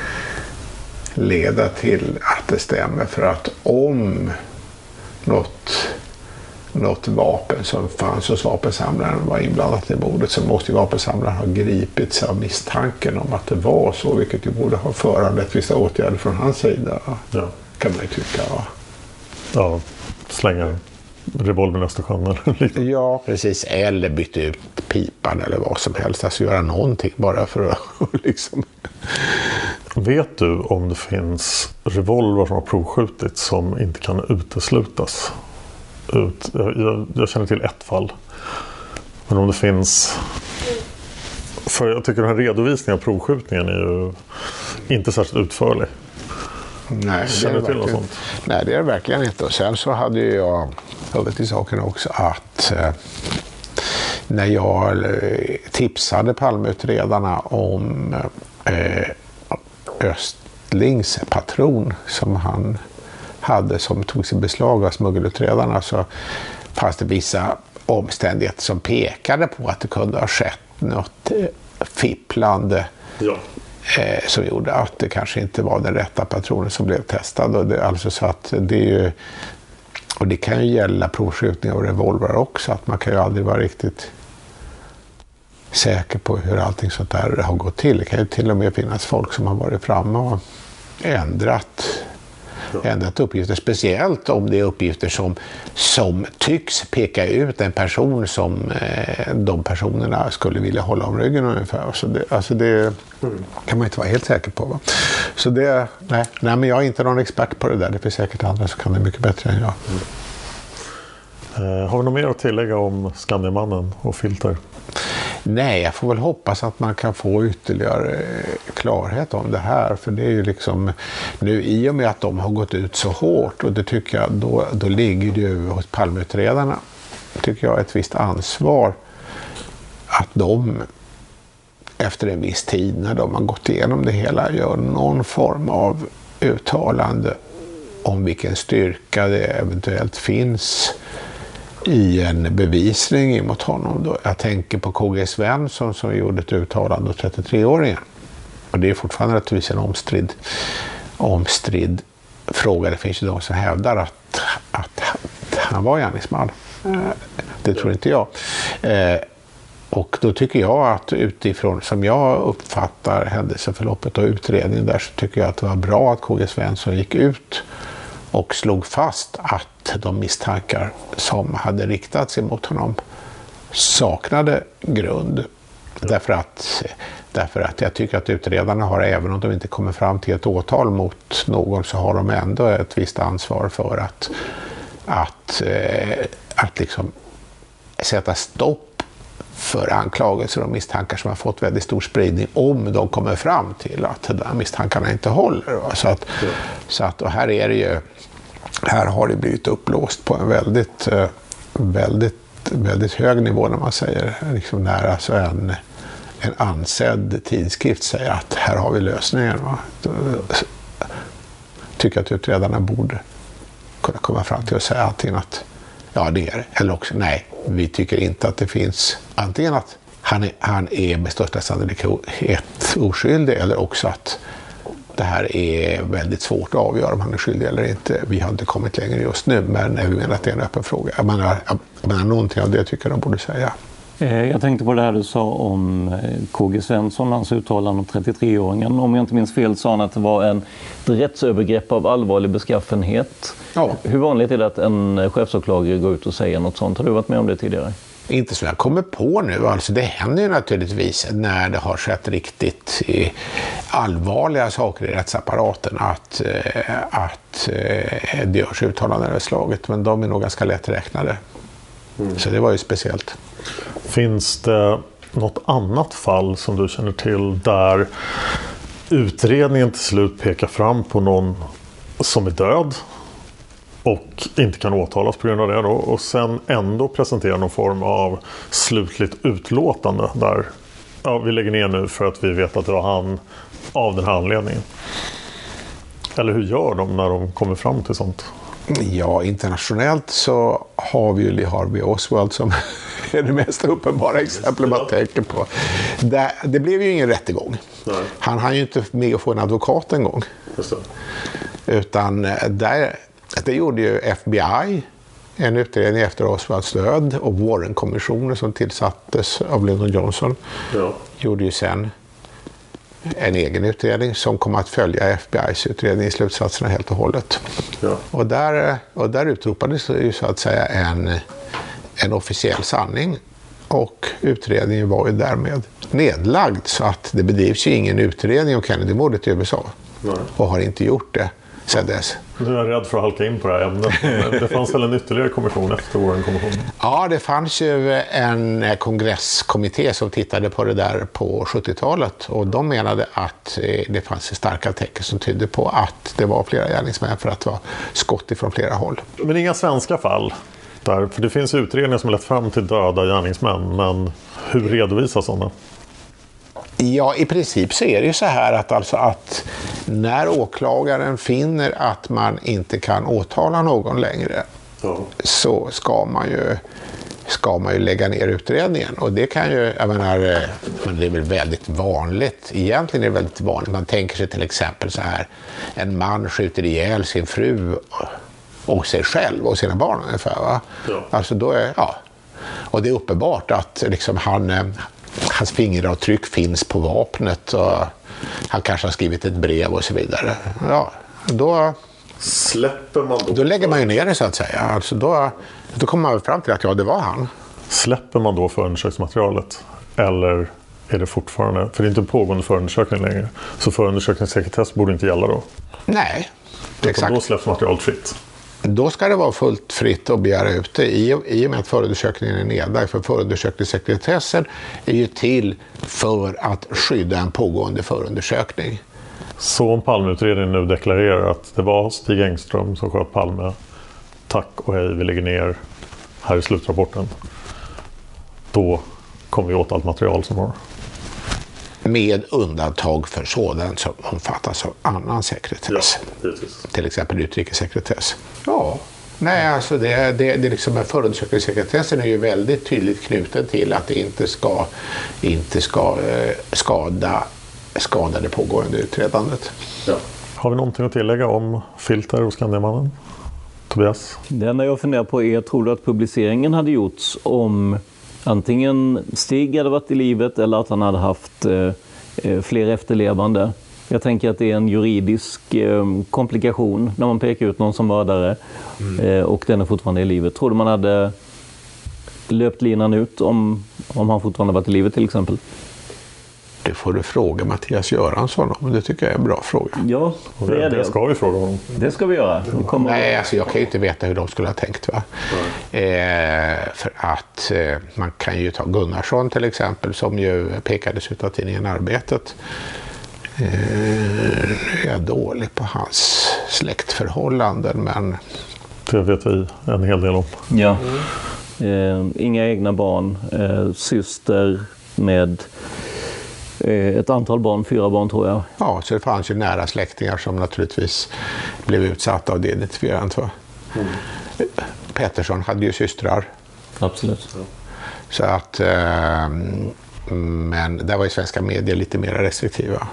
leda till att det stämmer. För att om något, något vapen som fanns hos vapensamlaren var inblandat i mordet, så måste ju vapensamlaren ha gripits av misstanken om att det var så, vilket ju borde ha föranlett vissa åtgärder från hans sida. Ja. Kan man ju tycka. Ja, ja slänga revolvern i Östersjön eller lite. Ja, precis. Eller byta ut pipan eller vad som helst. Alltså göra någonting bara för att liksom... Vet du om det finns revolver som har provskjutits som inte kan uteslutas? Ut, jag, jag, jag känner till ett fall. Men om det finns... För jag tycker den här redovisningen av provskjutningen är ju inte särskilt utförlig. Nej, det är, till något sånt? Nej, det är det verkligen inte. Och sen så hade jag hört till saken också att eh, när jag tipsade Palmeutredarna om eh, Östlings patron som han hade som tog sig beslag av smuggelutredarna, så fanns det vissa omständigheter som pekade på att det kunde ha skett något eh, fipplande Ja. Eh, som gjorde att det kanske inte var den rätta patronen som blev testad. Och det, alltså så att det är ju, och det kan ju gälla provskjutning av revolver också, att man kan ju aldrig vara riktigt säker på hur allting sånt där har gått till. Det kan ju till och med finnas folk som har varit framme och ändrat ändrat uppgifter, speciellt om det är uppgifter som, som tycks peka ut en person som eh, de personerna skulle vilja hålla om ryggen ungefär. Så det, alltså det mm. kan man inte vara helt säker på. Va? Så det, nej, nej, men jag är inte någon expert på det där. Det finns säkert andra som kan det mycket bättre än jag. Mm. Eh, har vi något mer att tillägga om Skandiamannen och Filter? Nej, jag får väl hoppas att man kan få ytterligare klarhet om det här. För det är ju liksom, nu i och med att de har gått ut så hårt, och det tycker jag, då, då ligger det ju hos Palmeutredarna, tycker jag, ett visst ansvar att de efter en viss tid, när de har gått igenom det hela, gör någon form av uttalande om vilken styrka det eventuellt finns i en bevisning mot honom. Då. Jag tänker på K G Svensson som gjorde ett uttalande åt trettiotre-åringen. Och det är fortfarande naturligtvis en omstridd, omstridd fråga. Det finns ju de som hävdar att, att han var gärningsman. Det tror inte jag. Och då tycker jag att utifrån, som jag uppfattar händelseförloppet och utredningen där, så tycker jag att det var bra att K G Svensson gick ut och slog fast att de misstankar som hade riktats emot honom saknade grund. Därför att, därför att jag tycker att utredarna har, även om de inte kommer fram till ett åtal mot någon, så har de ändå ett visst ansvar för att, att, eh, att liksom sätta stopp för anklagelser och misstankar som har fått väldigt stor spridning, om de kommer fram till att de där misstankarna inte håller. Så att, ja. så att, och här är det ju, här har det blivit upplåst på en väldigt, väldigt, väldigt hög nivå, när man säger, liksom när alltså en, en ansedd tidskrift säger att här har vi lösningen. Va? Då tycker jag att utredarna borde kunna komma fram till att säga antingen att ja, det är det, eller också nej, vi tycker inte att det finns, antingen att han är, han är med största sannolikhet oskyldig, eller också att det här är väldigt svårt att avgöra om han är skyldig eller inte. Vi har inte kommit längre just nu, men vi menar att det är en öppen fråga. Jag menar, jag menar någonting av det tycker jag de borde säga. Jag tänkte på det här du sa om K G Svensson, hans uttalande om trettiotre-åringen. Om jag inte minns fel sa han att det var en rättsövergrepp av allvarlig beskaffenhet. Ja. Hur vanligt är det att en chefsåklagare går ut och säger något sånt? Har du varit med om det tidigare? Inte så jag kommer på nu. Alltså det händer ju naturligtvis när det har skett riktigt eh, allvarliga saker i rättsapparaten att, eh, att eh, det görs uttalanden över slaget. Men de är nog ganska lätträknade. Mm. Så det var ju speciellt. Finns det något annat fall som du känner till där utredningen till slut pekar fram på någon som är död och inte kan åtalas på grund av det då, och sen ändå presentera någon form av slutligt utlåtande där ja, vi lägger ner nu för att vi vet att det var han av den här anledningen? Eller hur gör de när de kommer fram till sånt? Ja, internationellt så har vi ju Lee Harvey Oswald som är det mest uppenbara exemplet man tänker på. Det, det blev ju ingen rättegång. Nej. Han hann ju inte med att få en advokat en gång. Just det. Utan där, det gjorde ju F B I en utredning efter Oswalds död, och Warren-kommissionen som tillsattes av Lyndon Johnson ja. gjorde ju sen en egen utredning som kommer att följa F B I:s utredning i slutsatserna helt och hållet. Ja. Och, där, och där utropades ju så att säga en, en officiell sanning, och utredningen var ju därmed nedlagd, så att det bedrivs ju ingen utredning om Kennedy-mordet i U S A. Nej. Och har inte gjort det sedan dess. Nu är jag rädd för att halka in på det här ämnet. Det fanns väl en ytterligare kommission efter vår kommission? Ja, det fanns ju en kongresskommitté som tittade på det där på sjuttiotalet, och de menade att det fanns starka tecken som tydde på att det var flera gärningsmän, för att det var skott ifrån flera håll. Men inga svenska fall där, för det finns utredningar som har lett fram till döda gärningsmän, men hur redovisas sådana? Ja, i princip så är det ju så här att, alltså att när åklagaren finner att man inte kan åtala någon längre, ja. så ska man ju ska man ju lägga ner utredningen. Och det kan ju, jag menar, men det är väl väldigt vanligt. Egentligen är det väldigt vanligt. Man tänker sig till exempel så här, en man skjuter ihjäl sin fru och sig själv och sina barn ungefär, va? Ja. Alltså då är, ja. Och det är uppenbart att liksom han, hans fingeravtryck finns på vapnet och han kanske har skrivit ett brev och så vidare. Ja, då släpper man då? Då lägger man ju ner det så att säga. Alltså då, då kommer man fram till att ja, det var han. Släpper man då förundersökningsmaterialet? Eller är det fortfarande, för det är inte en pågående förundersökning längre, så förundersökningssekretess borde inte gälla då? Nej, exakt. Då släpps materialet fritt? Då ska det vara fullt fritt att begära ut det i, i och med att förundersökningen är nedlagd. För förundersökningssekretessen är ju till för att skydda en pågående förundersökning. Så om Palmeutredningen nu deklarerar att det var Stig Engström som sköt Palme, tack och hej, vi lägger ner här i slutrapporten, då kommer vi åt allt material som har. Med undantag för sådant som omfattas av annan sekretess. Ja, till exempel utrikessekretess. Ja, nej, alltså det, det, det liksom, förundersökningssekretessen är ju väldigt tydligt knuten till att det inte ska, inte ska eh, skada, skada det pågående utredandet. Ja. Har vi någonting att tillägga om Filter och Skandiamannen? Tobias? Det enda jag funderar på är, tror du att publiceringen hade gjorts om antingen Stig hade varit i livet eller att han hade haft eh, fler efterlevande? Jag tänker att det är en juridisk eh, komplikation när man pekar ut någon som mördare mm. eh, och den är fortfarande i livet. Tror du man hade löpt linan ut om, om han fortfarande varit i livet till exempel? Det får du fråga Mattias Göransson om. Det tycker jag är en bra fråga. Ja, det är det. Det ska vi fråga honom. Det ska vi göra. Kommer... Nej, alltså jag kan ju inte veta hur de skulle ha tänkt. Va? Eh, för att eh, man kan ju ta Gunnarsson till exempel, som ju pekades ut av tidningen Arbetet. Eh, jag är dålig på hans släktförhållanden, men... Det vet vi en hel del om. Ja. Mm. Eh, inga egna barn. Eh, syster med... Ett antal barn, fyra barn tror jag. Ja, så det fanns ju nära släktingar som naturligtvis blev utsatta av det identifierandet. Mm. Pettersson hade ju systrar. Absolut. Ja. Så att, eh, men där var ju svenska medier lite mer restriktiva.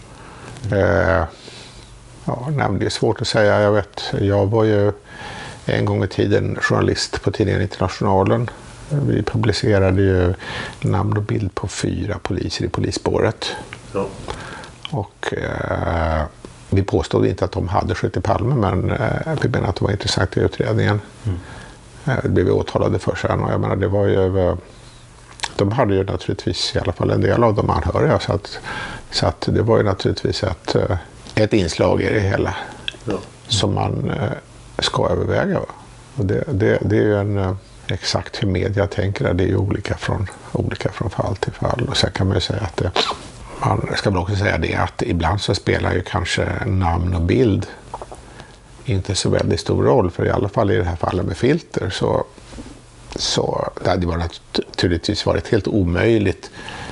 Eh, ja, nej, det är svårt att säga. Jag vet, jag var ju en gång i tiden journalist på tidningen Internationalen. Vi publicerade ju namn och bild på fyra poliser i polisspåret. Ja. Och eh, vi påstod inte att de hade skjutit Palme, men eh, vi menade att det var intressant i utredningen. Mm. Eh, det blev vi åtalade för sen, och jag menar, det var ju... Eh, de hade ju naturligtvis i alla fall en del av de anhöriga, så att, så att det var ju naturligtvis ett, ett inslag i det hela ja. som man eh, ska överväga. Va? Och det, det, det är ju en... Exakt hur media tänker, det är ju olika från, olika från fall till fall. Och sen kan man ju säga att det, man ska väl också säga det att ibland så spelar ju kanske namn och bild inte så väldigt stor roll. För i alla fall i det här fallet med Filter så, så det hade det naturligtvis varit helt omöjligt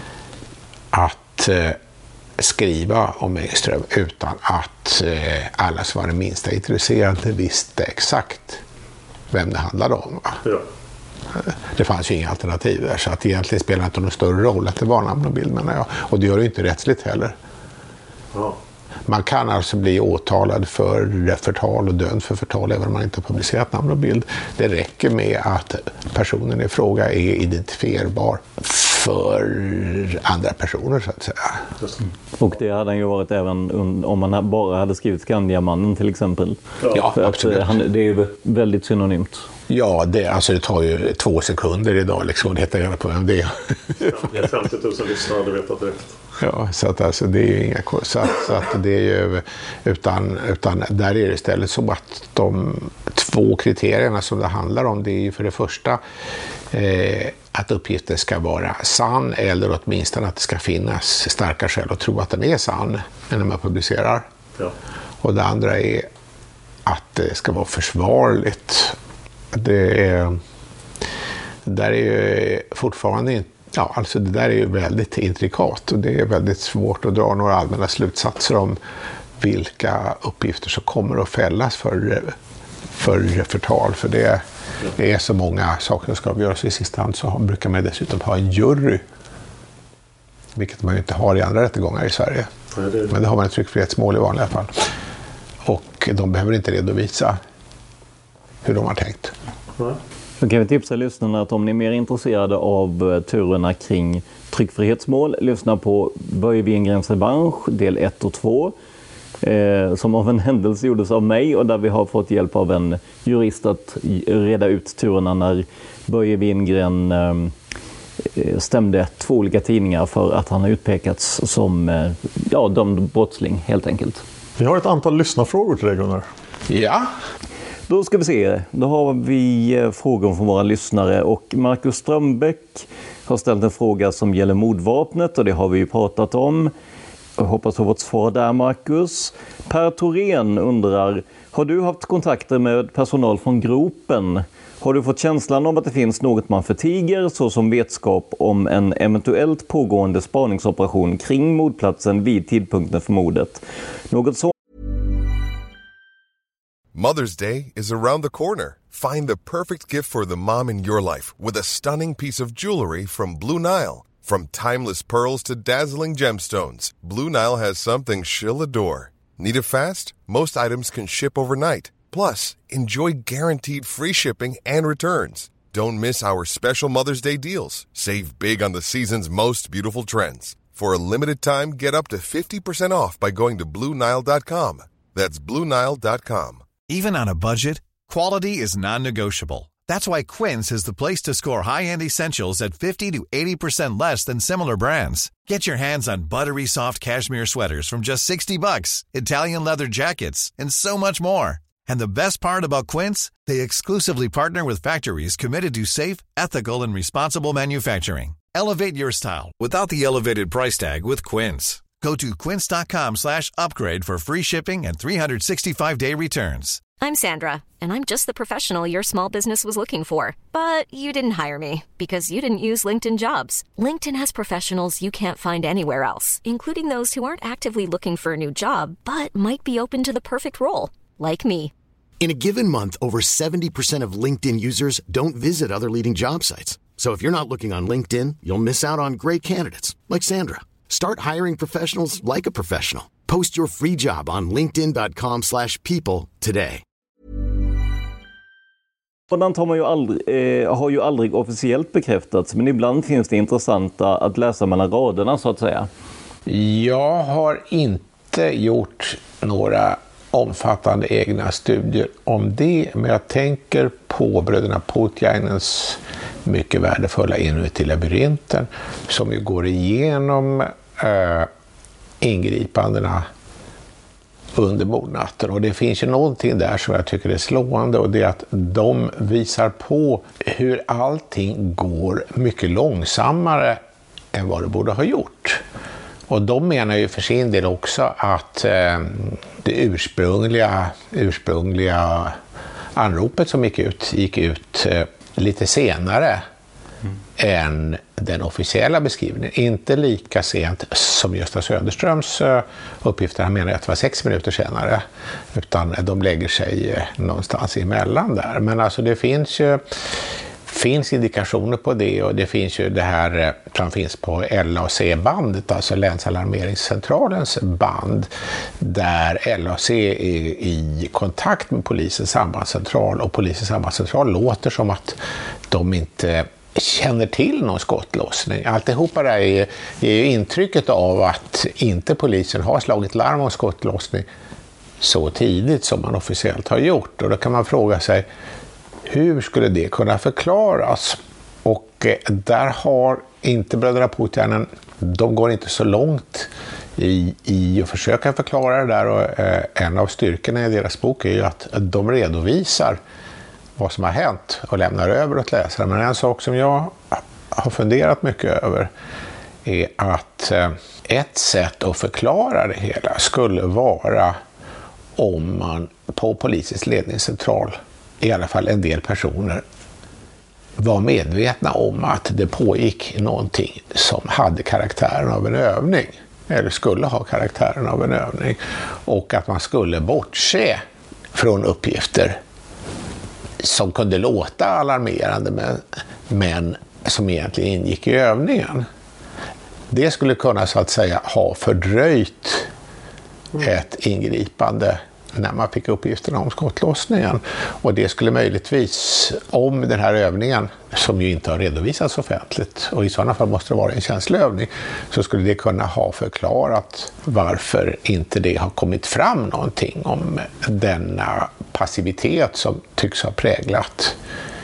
att eh, skriva om Engström utan att eh, alla som var det minsta intresserade visste exakt vem det handlade om. Va? Ja. Det fanns ju inga alternativ där, så att egentligen spelar det inte någon större roll att det var namn och bild, menar jag. Och det gör det inte rättsligt heller. Ja. Man kan alltså bli åtalad för förtal och dömd för förtal även om man inte har publicerat namn och bild. Det räcker med att personen i fråga är identifierbar för andra personer, så att säga. Och det hade han ju varit även om man bara hade skrivit Skandiamannen till exempel. Ja, för absolut. Att, han, det är ju väldigt synonymt. Ja, det, alltså det tar ju två sekunder idag liksom att leta reda på vem det är. Ja, det är femtio tusen lyssnare, du vet att direkt. Ja, så att alltså det är ju inga så att, så att det är ju utan, utan där är det istället så att de två kriterierna som det handlar om, det är ju för det första eh, att uppgiften ska vara sann, eller åtminstone att det ska finnas starka skäl att tro att den är sann när man publicerar. Ja. Och det andra är att det ska vara försvarligt. Det är, det där är ju fortfarande inte, ja, alltså det där är ju väldigt intrikat och det är väldigt svårt att dra några allmänna slutsatser om vilka uppgifter som kommer att fällas för, för förtal. För det, det är så många saker som ska avgöras i sista hand, så brukar man dessutom ha en jury. Vilket man ju inte har i andra rättegångar i Sverige. Ja, det det. Men det har man ett tryckfrihetsmål i vanliga fall. Och de behöver inte redovisa hur de har tänkt. Ja. Då kan vi tipsa lyssnarna att om ni är mer intresserade av turerna kring tryckfrihetsmål, lyssna på Börje Wingrens revansch del ett och två. Eh, som av en händelse gjordes av mig, och där vi har fått hjälp av en jurist att reda ut turerna när Börje Wingren eh, stämde två olika tidningar för att han har utpekats som eh, ja, dömd brottsling helt enkelt. Vi har ett antal lyssnarfrågor till dig, Gunnar. Ja. Då ska vi se. Då har vi frågor från våra lyssnare, och Marcus Strömbäck har ställt en fråga som gäller mordvapnet, och det har vi ju pratat om. Jag hoppas ha fått svar där, Marcus. Per Thorén undrar, har du haft kontakter med personal från gropen? Har du fått känslan av att det finns något man förtiger, såsom vetskap om en eventuellt pågående spaningsoperation kring mordplatsen vid tidpunkten för mordet? Något så. Mother's Day is around the corner. Find the perfect gift for the mom in your life with a stunning piece of jewelry from Blue Nile. From timeless pearls to dazzling gemstones, Blue Nile has something she'll adore. Need it fast? Most items can ship overnight. Plus, enjoy guaranteed free shipping and returns. Don't miss our special Mother's Day deals. Save big on the season's most beautiful trends. For a limited time, get up to fifty percent off by going to Blue Nile dot com. That's Blue Nile dot com. Even on a budget, quality is non-negotiable. That's why Quince is the place to score high-end essentials at fifty to eighty percent less than similar brands. Get your hands on buttery soft cashmere sweaters from just sixty bucks, Italian leather jackets, and so much more. And the best part about Quince, they exclusively partner with factories committed to safe, ethical, and responsible manufacturing. Elevate your style without the elevated price tag with Quince. Go to quince dot com slash upgrade for free shipping and three sixty-five day returns. I'm Sandra, and I'm just the professional your small business was looking for. But you didn't hire me because you didn't use LinkedIn Jobs. LinkedIn has professionals you can't find anywhere else, including those who aren't actively looking for a new job, but might be open to the perfect role, like me. In a given month, over seventy percent of LinkedIn users don't visit other leading job sites. So if you're not looking on LinkedIn, you'll miss out on great candidates like Sandra. Start hiring professionals like a professional. Post your free job on linkedin dot com slash people today. Sådant har, man ju aldrig, eh, har ju aldrig officiellt bekräftats, men ibland finns det intressanta att läsa mellan raderna så att säga. Jag har inte gjort några omfattande egna studier om det, men jag tänker på bröderna Putiainens mycket värdefulla Inuit i labyrinten, som ju går igenom äh, ingripandena under mordnatten. Och det finns ju någonting där som jag tycker är slående, och det är att de visar på hur allting går mycket långsammare än vad det borde ha gjort. Och de menar ju för sin del också att eh, det ursprungliga, ursprungliga anropet som gick ut, gick ut eh, lite senare mm. än den officiella beskrivningen. Inte lika sent som Gösta Söderströms eh, uppgifter. Han menar att det var sex minuter senare. Utan de lägger sig eh, någonstans emellan där. Men alltså det finns ju... finns indikationer på det, och det finns ju det här som finns på L A C-bandet, alltså Länsalarmeringscentralens band, där L A C är i kontakt med polisens sambandscentral, och polisens sambandscentral låter som att de inte känner till någon skottlossning. Alltihopa där är, är ju intrycket av att inte polisen har slagit larm om skottlossning så tidigt som man officiellt har gjort, och då kan man fråga sig, hur skulle det kunna förklaras? Och där har inte bröderna Putiainen, de går inte så långt i, i att försöka förklara det där, och eh, en av styrkorna i deras bok är ju att de redovisar vad som har hänt och lämnar över åt läsaren. Men en sak som jag har funderat mycket över är att eh, ett sätt att förklara det hela skulle vara om man på polisens ledningscentral, i alla fall en del personer, var medvetna om att det pågick någonting som hade karaktären av en övning, eller skulle ha karaktären av en övning, och att man skulle bortse från uppgifter som kunde låta alarmerande men, men som egentligen ingick i övningen. Det skulle kunna så att säga ha fördröjt ett ingripande när man fick uppgifterna om skottlossningen. Och det skulle möjligtvis, om den här övningen, som ju inte har redovisats offentligt, och i sådana fall måste det vara en känslig övning, så skulle det kunna ha förklarat varför inte det har kommit fram någonting om denna passivitet som tycks ha präglat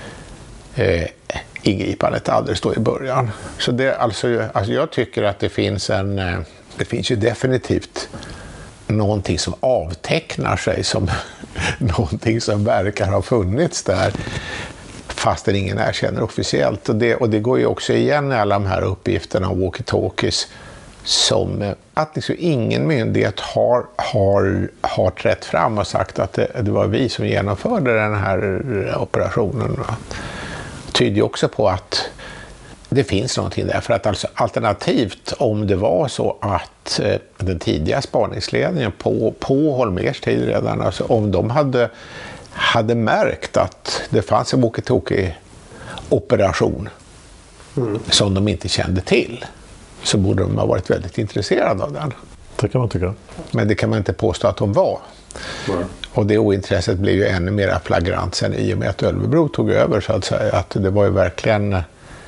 eh, ingripandet alldeles då i början. Så det, alltså, alltså jag tycker att det finns en, det finns ju definitivt någonting som avtecknar sig som någonting som verkar ha funnits där fast ingen erkänner officiellt. Och det, och det går ju också igen i alla de här uppgifterna om walkie-talkies som att liksom ingen myndighet har, har, har trätt fram och sagt att det, det var vi som genomförde den här operationen. Det tyder ju också på att det finns någonting där, för att alltså alternativt om det var så att eh, den tidiga spaningsledningen på, på Holmérs tid redan, alltså om de hade, hade märkt att det fanns en walkie-talkie-operation mm. som de inte kände till, så borde de ha varit väldigt intresserade av den. Det kan man tycka. Men det kan man inte påstå att de var. Mm. Och det ointresset blev ju ännu mer flagrant sen i och med att Ölvebro tog över, så att säga, att det var ju verkligen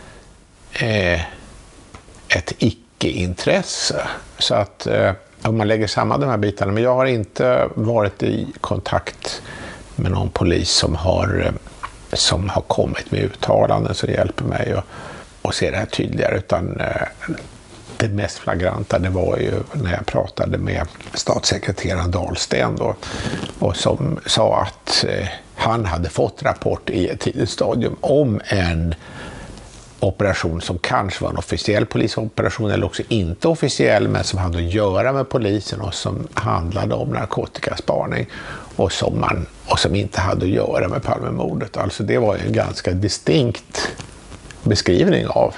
Eh, ett icke-intresse. Så att eh, om man lägger samman de här bitarna, men jag har inte varit i kontakt med någon polis som har, eh, som har kommit med uttalanden som hjälper mig att, att se det här tydligare, utan eh, det mest flagranta det var ju när jag pratade med statssekreteraren Dahlsten då, och som sa att eh, han hade fått rapport i ett tidigt stadium om en operation som kanske var en officiell polisoperation eller också inte officiell, men som hade att göra med polisen och som handlade om narkotikaspaning och som, man, och som inte hade att göra med Palmemordet. Alltså det var en ganska distinkt beskrivning av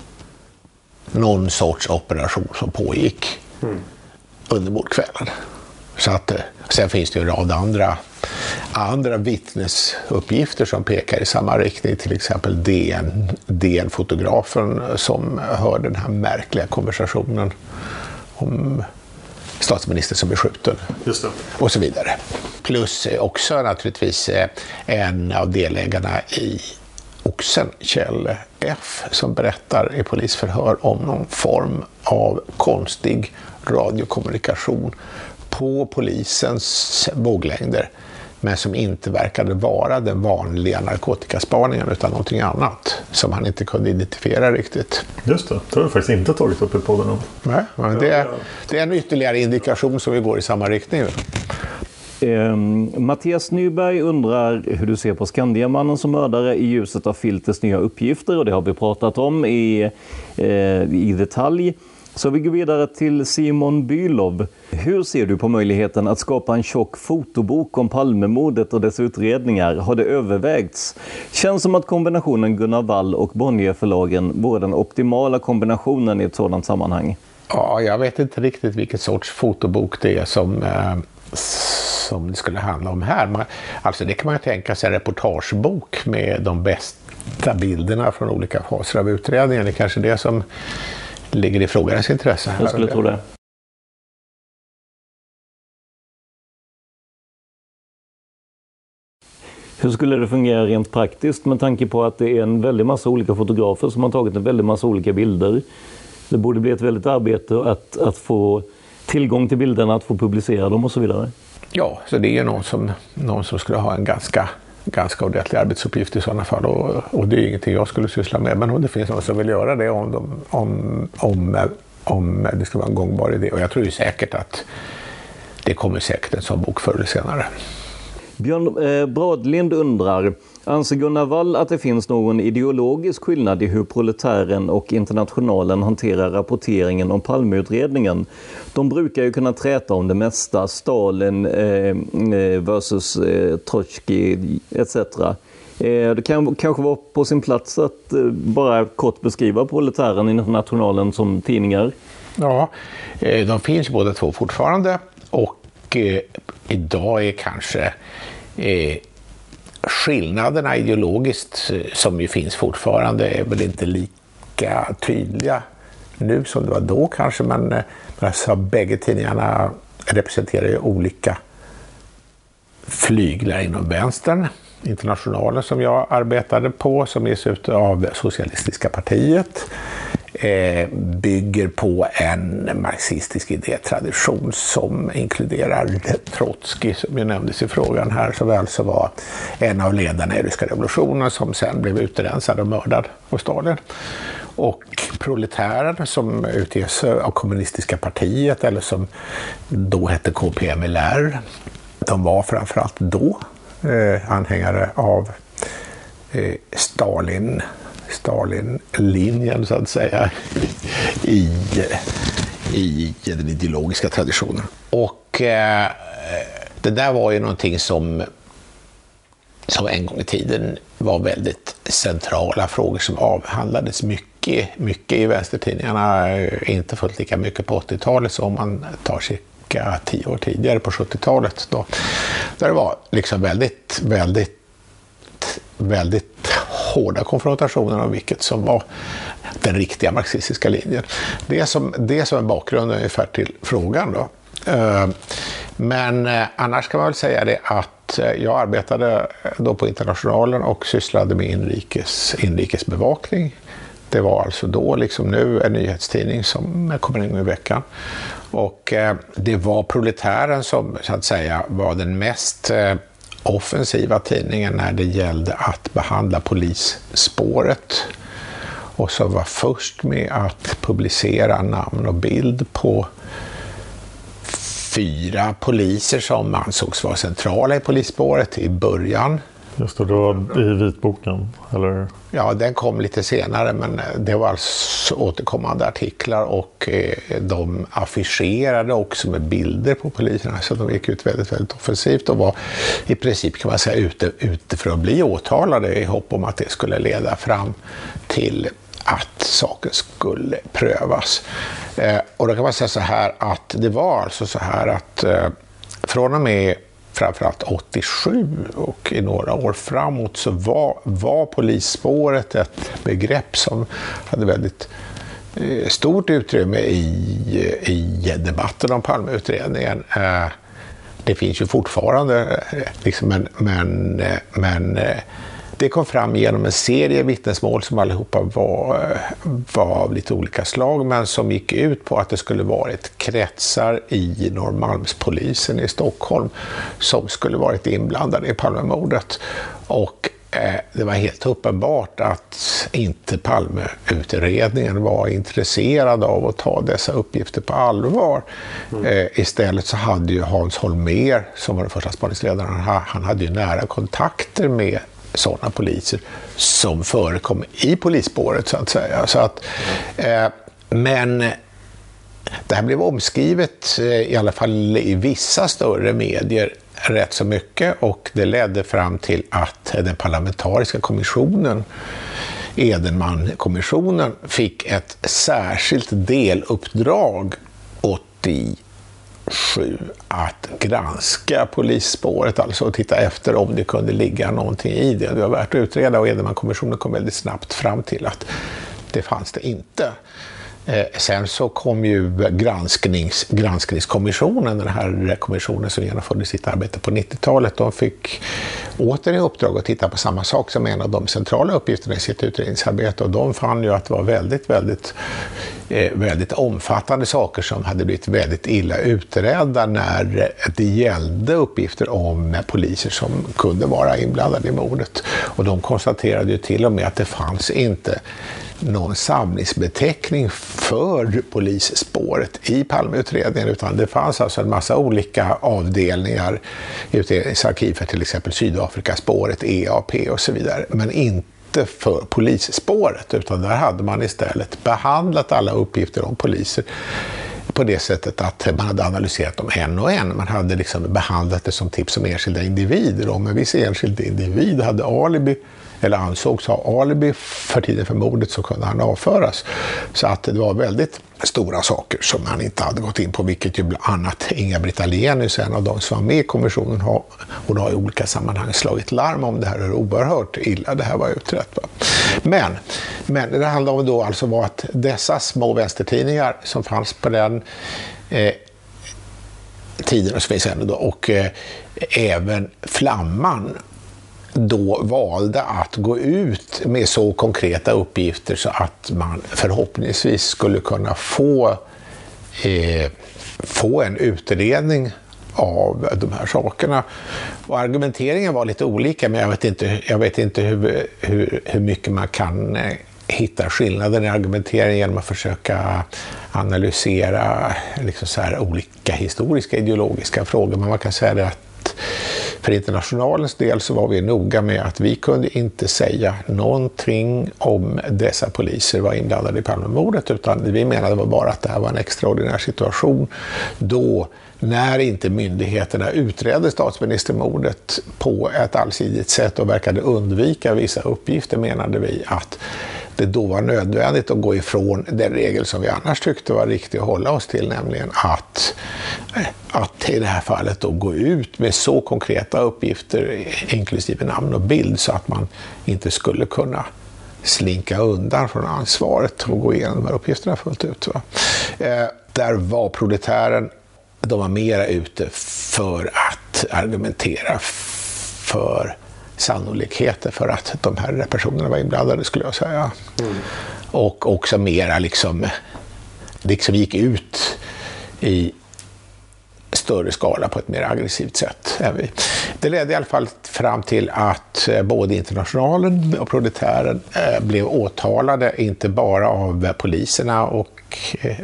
någon sorts operation som pågick mm. under mordkvällen. Så att, sen finns det ju en rad andra andra vittnesuppgifter som pekar i samma riktning, till exempel D N, D N-fotografen som hör den här märkliga konversationen om statsministern som är skjuten. Just det. Och så vidare. Plus också naturligtvis en av delägarna i Oxen, Kjell F, som berättar i polisförhör om någon form av konstig radiokommunikation på polisens våglängder, men som inte verkade vara den vanliga narkotikaspaningen utan någonting annat som han inte kunde identifiera riktigt. Just det, det har du faktiskt inte tagit upp i podden om. Nej, men det, är, det är en ytterligare indikation som vi går i samma riktning. Eh, Mattias Nyberg undrar hur du ser på Skandiamannen som mördare i ljuset av Filters nya uppgifter, och det har vi pratat om i, eh, i detalj. Så vi går vidare till Simon Bylov. Hur ser du på möjligheten att skapa en tjock fotobok om Palmemordet och dess utredningar? Har det övervägts? Känns som att kombinationen Gunnar Wall och Bonnierförlagen vore den optimala kombinationen i ett sådant sammanhang. Ja, jag vet inte riktigt vilket sorts fotobok det är som, eh, som det skulle handla om här. Man, alltså det kan man ju tänka sig en reportagebok med de bästa bilderna från olika faser av utredningen. Det är kanske det som ligger i frågans intresse. Jag skulle tro det. Hur skulle det fungera rent praktiskt med tanke på att det är en väldigt massa olika fotografer som har tagit en väldigt massa olika bilder? Det borde bli ett väldigt arbete att, att få tillgång till bilderna, att få publicera dem och så vidare. Ja, så det är ju någon som, någon som skulle ha en ganska, ganska ordentlig arbetsuppgift i sådana fall, och, och det är ingenting jag skulle syssla med, men om det finns någon som vill göra det, om, de, om, om, om det ska vara en gångbar idé, och jag tror ju säkert att det kommer säkert en sån bok förr eller senare. Björn eh, Bradlind undrar, anser Gunnar Wall att det finns någon ideologisk skillnad i hur proletären och internationalen hanterar rapporteringen om Palmeutredningen? De brukar ju kunna träta om det mesta, Stalin eh, versus eh, Trotsky et cetera. Eh, det kan kanske vara på sin plats att eh, bara kort beskriva proletären och internationalen som tidningar. Ja, eh, de finns båda två fortfarande, och eh, idag är kanske eh, skillnaderna ideologiskt som ju finns fortfarande är väl inte lika tydliga nu som det var då kanske, men alltså, bägge tidningarna representerar ju olika flyglar inom vänstern. Internationalen som jag arbetade på, som ges ut av Socialistiska partiet, eh, bygger på en marxistisk idétradition som inkluderar Trotskij, som ju nämndes i frågan här, såväl som var en av ledarna i ryska revolutionen som sen blev utrensad och mördad av Stalin. Och proletärer som utges av kommunistiska partiet, eller som då hette K P M L R, de var framförallt då eh, anhängare av eh, Stalin, Stalin-linjen så att säga i, i den ideologiska traditionen. Och eh, det där var ju någonting som som en gång i tiden var väldigt centrala frågor som avhandlades mycket, mycket i vänstertidningarna, inte fullt lika mycket på åttiotalet som man tar cirka tio år tidigare på sjuttiotalet då. Där det var liksom väldigt, väldigt, väldigt hårda konfrontationer om vilket som var den riktiga marxistiska linjen. Det som, det som är bakgrunden ungefär till frågan då. Men annars kan man väl säga det att jag arbetade då på Internationalen och sysslade med inrikes, inrikesbevakning. Det var alltså då, liksom nu, en nyhetstidning som kommer in i veckan. Och det var proletären som så att säga var den mest offensiva tidningen när det gällde att behandla polisspåret. Och så var först med att publicera namn och bild på fyra poliser som ansågs vara centrala i polisspåret i början. Just det, det var i vitboken, eller? Ja, den kom lite senare, men det var alltså återkommande artiklar och de affischerade också med bilder på poliserna, så de gick ut väldigt, väldigt offensivt och var i princip, kan man säga, ute, ute för att bli åtalade i hopp om att det skulle leda fram till att saken skulle prövas. Eh, och då kan man säga så här att det var alltså så här att eh, från och med framförallt åttiosju och i några år framåt så var, var polisspåret ett begrepp som hade väldigt eh, stort utrymme i, i debatten om Palmeutredningen. Eh, det finns ju fortfarande, eh, liksom, men, men, eh, men eh, det kom fram genom en serie vittnesmål som allihopa var, var av lite olika slag, men som gick ut på att det skulle varit kretsar i Norrmalmspolisen i Stockholm som skulle varit inblandade i Palmemordet. Och eh, det var helt uppenbart att inte Palmeutredningen var intresserad av att ta dessa uppgifter på allvar. Mm. Eh, istället så hade ju Hans Holmér, som var den första spaningsledaren, han, han hade ju nära kontakter med sådana poliser som förekom i polisspåret så att säga. Så att, eh, men det här blev omskrivet eh, i alla fall i vissa större medier rätt så mycket, och det ledde fram till att den parlamentariska kommissionen, Edenman-kommissionen, fick ett särskilt deluppdrag åttio sju att granska polisspåret, alltså att titta efter om det kunde ligga någonting i det. Det var värt att utreda, och Edenman-kommissionen kom väldigt snabbt fram till att det fanns det inte. Eh, sen så kom ju gransknings, granskningskommissionen, den här kommissionen som genomförde sitt arbete på nittiotalet. De fick åter i uppdrag att titta på samma sak som en av de centrala uppgifterna i sitt utredningsarbete, och de fann ju att det var väldigt, väldigt, eh, väldigt omfattande saker som hade blivit väldigt illa utredda när det gällde uppgifter om poliser som kunde vara inblandade i mordet. Och de konstaterade ju till och med att det fanns inte någon samlingsbeteckning för polisspåret i Palmeutredningen, utan det fanns alltså en massa olika avdelningar i utredningsarkiv för till exempel Sydafrikaspåret, E A P och så vidare, men inte för polisspåret, utan där hade man istället behandlat alla uppgifter om poliser på det sättet att man hade analyserat dem en och en. Man hade liksom behandlat det som tips om enskilda individer. Om en viss enskild individ hade alibi eller ansågs ha alibi för tiden för mordet så kunde han avföras. Så att det var väldigt stora saker som han inte hade gått in på, vilket ju bland annat Inga-Britt Ahlenius, en av de som var med i kommissionen, har, och har i olika sammanhang slagit larm om det här är oerhört illa, det här var utrett. Va? Men, men det handlade om då alltså var att dessa små vänstertidningar som fanns på den eh, tiden och så finns ändå då, och eh, även Flamman då valde att gå ut med så konkreta uppgifter så att man förhoppningsvis skulle kunna få, eh, få en utredning av de här sakerna. Och argumenteringen var lite olika, men jag vet inte, jag vet inte hur, hur, hur mycket man kan eh, hitta skillnaden i argumenteringen genom att försöka analysera liksom så här olika historiska ideologiska frågor. Men man kan säga det att för Internationalens del så var vi noga med att vi kunde inte säga någonting om dessa poliser var inblandade i Palmemordet, utan vi menade var bara att det här var en extraordinär situation då, när inte myndigheterna utredde statsministermordet på ett allsidigt sätt och verkade undvika vissa uppgifter, menade vi att det då var nödvändigt att gå ifrån den regel som vi annars tyckte var riktig att hålla oss till, nämligen att, att i det här fallet då gå ut med så konkreta uppgifter inklusive namn och bild så att man inte skulle kunna slinka undan från ansvaret och gå igenom de här uppgifterna fullt ut. Va? Eh, där var proletären, de var mera ute för att argumentera för sannolikheter för att de här personerna var inblandade, skulle jag säga. Mm. Och också mera liksom, liksom gick ut i större skala på ett mer aggressivt sätt än vi. Det ledde i alla fall fram till att både Internationalen och proletären blev åtalade, inte bara av poliserna och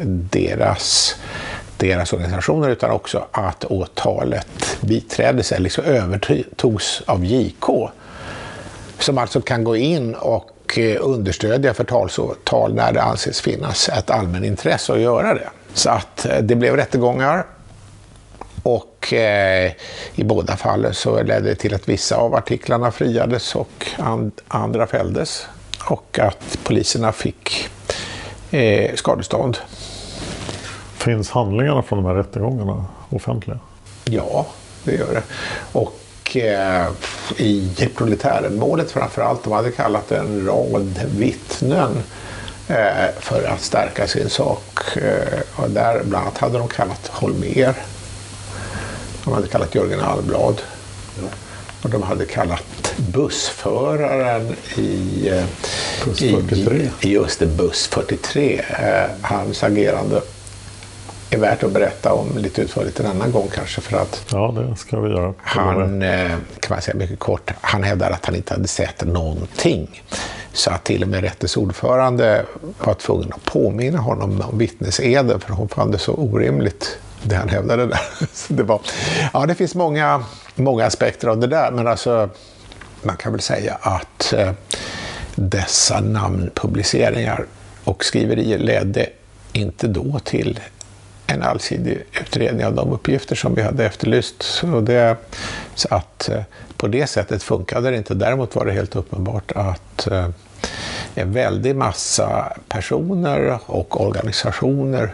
deras deras organisationer, utan också att åtalet biträddes eller liksom övertogs av J K, som alltså kan gå in och understödja förtalsåtal när det anses finnas ett allmän intresse att göra det. Så att det blev rättegångar, och eh, i båda fallen så ledde det till att vissa av artiklarna friades och and- andra fälldes, och att poliserna fick eh, skadestånd. Finns handlingarna från de här rättegångarna offentliga? Ja, det gör det. Och eh, i proletärenmålet framförallt, de hade kallat en rad vittnen eh, för att stärka sin sak. Eh, och där bland annat hade de kallat Holmér. De hade kallat Jörgen Alblad. Ja. Och de hade kallat bussföraren i, eh, buss fyrtiotre. i, i just det, buss fyrtiotre. Eh, hans agerande är värt att berätta om lite utförligt en annan gång kanske, för att ja, det ska vi göra. Han, kan man säga mycket kort, han hävdar att han inte hade sett någonting. Så att till och med rättens ordförande var tvungen att påminna honom om vittneseden, för hon fann det så orimligt det han hävdade där. Så det var, ja, det finns många, många aspekter av det där, men alltså man kan väl säga att eh, dessa namnpubliceringar och skriverier ledde inte då till en allsidig utredning av de uppgifter som vi hade efterlyst. Så, det, så att på det sättet funkade det inte. Däremot var det helt uppenbart att en väldig massa personer och organisationer,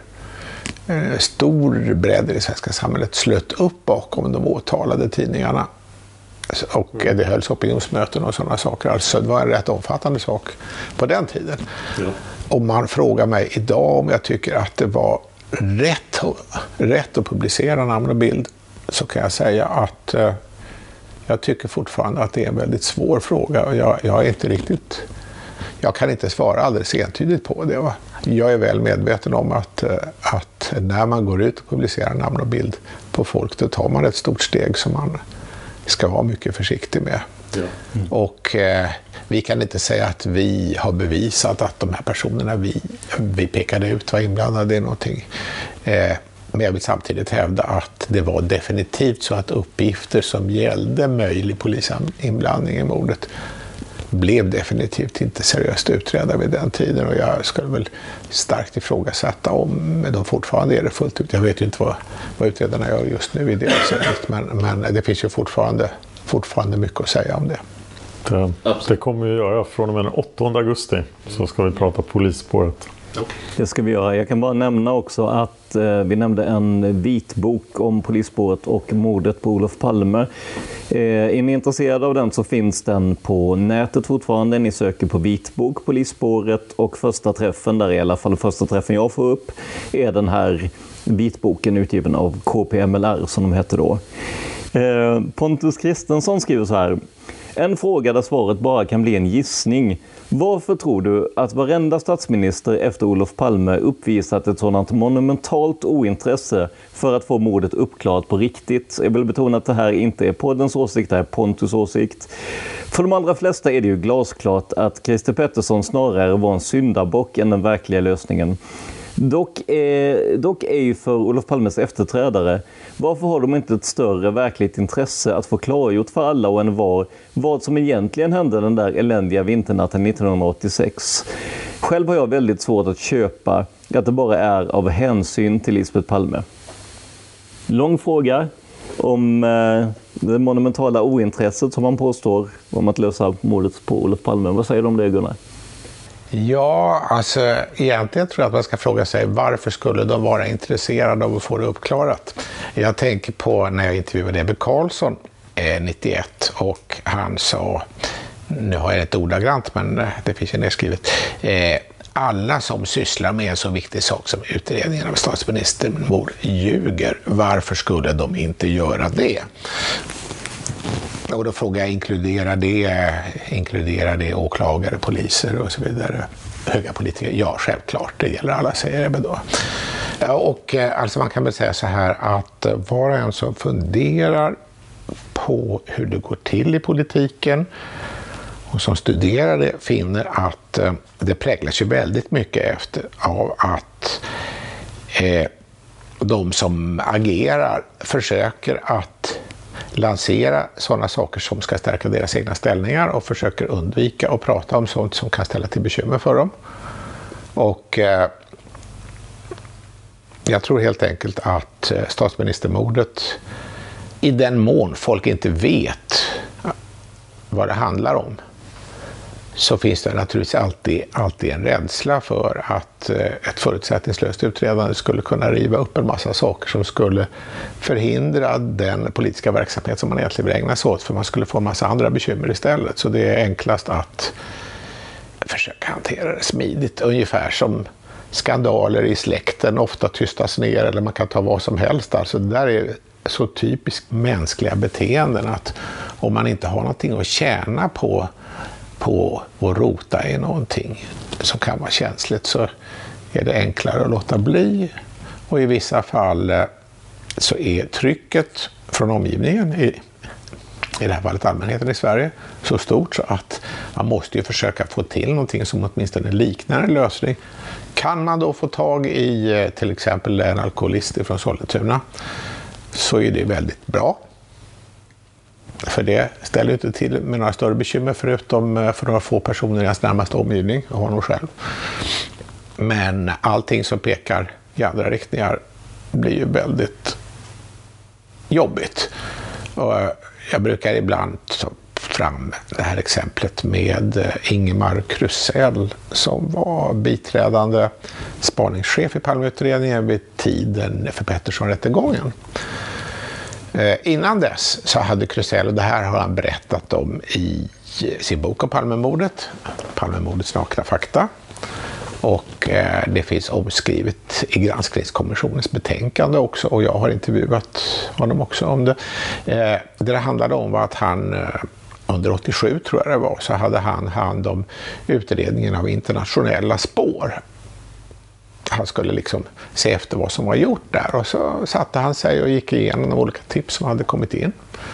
stor bredd i det svenska samhället, slöt upp bakom de åtalade tidningarna. Och det hölls opinionsmöten och sådana saker. Alltså det var en rätt omfattande sak på den tiden. Ja. Om man frågar mig idag om jag tycker att det var rätt, rätt att publicera namn och bild, så kan jag säga att eh, jag tycker fortfarande att det är en väldigt svår fråga, och jag, jag är inte riktigt, jag kan inte svara alldeles entydigt på det. Va? Jag är väl medveten om att, eh, att när man går ut och publicerar namn och bild på folk, då tar man ett stort steg som man ska vara mycket försiktig med. Ja. Mm. Och eh, vi kan inte säga att vi har bevisat att de här personerna vi, vi pekade ut var inblandade i någonting. Eh, men jag vill samtidigt hävda att det var definitivt så att uppgifter som gällde möjlig polisinblandning i mordet blev definitivt inte seriöst utredda vid den tiden, och jag skulle väl starkt ifrågasätta om de fortfarande är det fullt ut. Jag vet ju inte vad, vad utredarna gör just nu i det avseendet, men, men det finns ju fortfarande, fortfarande mycket att säga om det. Det, det kommer vi göra från och med den åttonde augusti, så ska vi prata polisspåret. Det ska vi göra. Jag kan bara nämna också att eh, vi nämnde en vitbok om polisspåret och mordet på Olof Palme. Eh, är ni intresserade av den så finns den på nätet fortfarande. Ni söker på vitbok, polisspåret, och första träffen, där i alla fall första träffen jag får upp, är den här vitboken utgiven av K P M L R som de heter då. Eh, Pontus Kristensson skriver så här: en fråga där svaret bara kan bli en gissning. Varför tror du att varenda statsminister efter Olof Palme uppvisat ett sådant monumentalt ointresse för att få mordet uppklarat på riktigt? Jag vill betona att det här inte är poddens åsikt, det är Pontus åsikt. För de allra flesta är det ju glasklart att Christer Pettersson snarare var en syndabock än den verkliga lösningen. Dock är, dock är ju för Olof Palmes efterträdare, varför har de inte ett större verkligt intresse att få klargjort för alla och en var vad som egentligen hände den där eländiga vinternatten nittonhundraåttiosex? Själv har jag väldigt svårt att köpa att det bara är av hänsyn till Lisbeth Palme. Lång fråga om eh, det monumentala ointresset som man påstår om att lösa mordet på Olof Palme. Vad säger du om det, Gunnar? Ja, alltså egentligen tror jag att man ska fråga sig varför skulle de vara intresserade av att få det uppklarat. Jag tänker på när jag intervjuade Ebbe Carlsson eh, nittioett, och han sa, nu har jag ett ordagrant men det finns ju nedskrivet, eh, alla som sysslar med en så viktig sak som utredningen av statsministermord ljuger. Varför skulle de inte göra det? Och då frågar jag, inkluderar det, inkluderar det åklagare, poliser och så vidare, höga politiker? Ja, självklart, det gäller alla, säger Ebbe då. Och alltså man kan väl säga så här att var och en som funderar på hur det går till i politiken och som studerar det finner att det präglas ju väldigt mycket efter av att eh, de som agerar försöker att lansera sådana saker som ska stärka deras egna ställningar och försöker undvika att prata om sånt som kan ställa till bekymmer för dem. Och eh, jag tror helt enkelt att statsministermordet, i den mån folk inte vet vad det handlar om, så finns det naturligtvis alltid, alltid en rädsla för att ett förutsättningslöst utredande skulle kunna riva upp en massa saker som skulle förhindra den politiska verksamhet som man egentligen vill ägna sig åt, för man skulle få en massa andra bekymmer istället. Så det är enklast att försöka hantera det smidigt, ungefär som skandaler i släkten ofta tystas ner, eller man kan ta vad som helst. Alltså det där är så typiskt mänskliga beteenden att om man inte har någonting att tjäna på på att rota i någonting som kan vara känsligt, så är det enklare att låta bli. Och i vissa fall så är trycket från omgivningen, i, i det här fallet allmänheten i Sverige, så stort så att man måste ju försöka få till någonting som åtminstone liknar en lösning. Kan man då få tag i till exempel en alkoholist från Sollentuna, så är det väldigt bra. För det ställer inte till med några större bekymmer förutom för några få personer i hans närmaste omgivning och honom själv. Men allting som pekar i andra riktningar blir ju väldigt jobbigt. Och jag brukar ibland ta fram det här exemplet med Ingemar Krusell som var biträdande spaningschef i Palmeutredningen vid tiden för Pettersson-rättegången. Innan dess så hade Krusell, och det här har han berättat om i sin bok om Palmemordet, Palmemordets nakna fakta, och det finns omskrivet i granskningskommissionens betänkande också, och jag har intervjuat honom också om det. Det det handlade om var att han under åttiosju, tror jag det var, så hade han hand om utredningen av internationella spår. Han skulle liksom se efter vad som var gjort där, och så satte han sig och gick igenom de olika tips som hade kommit in.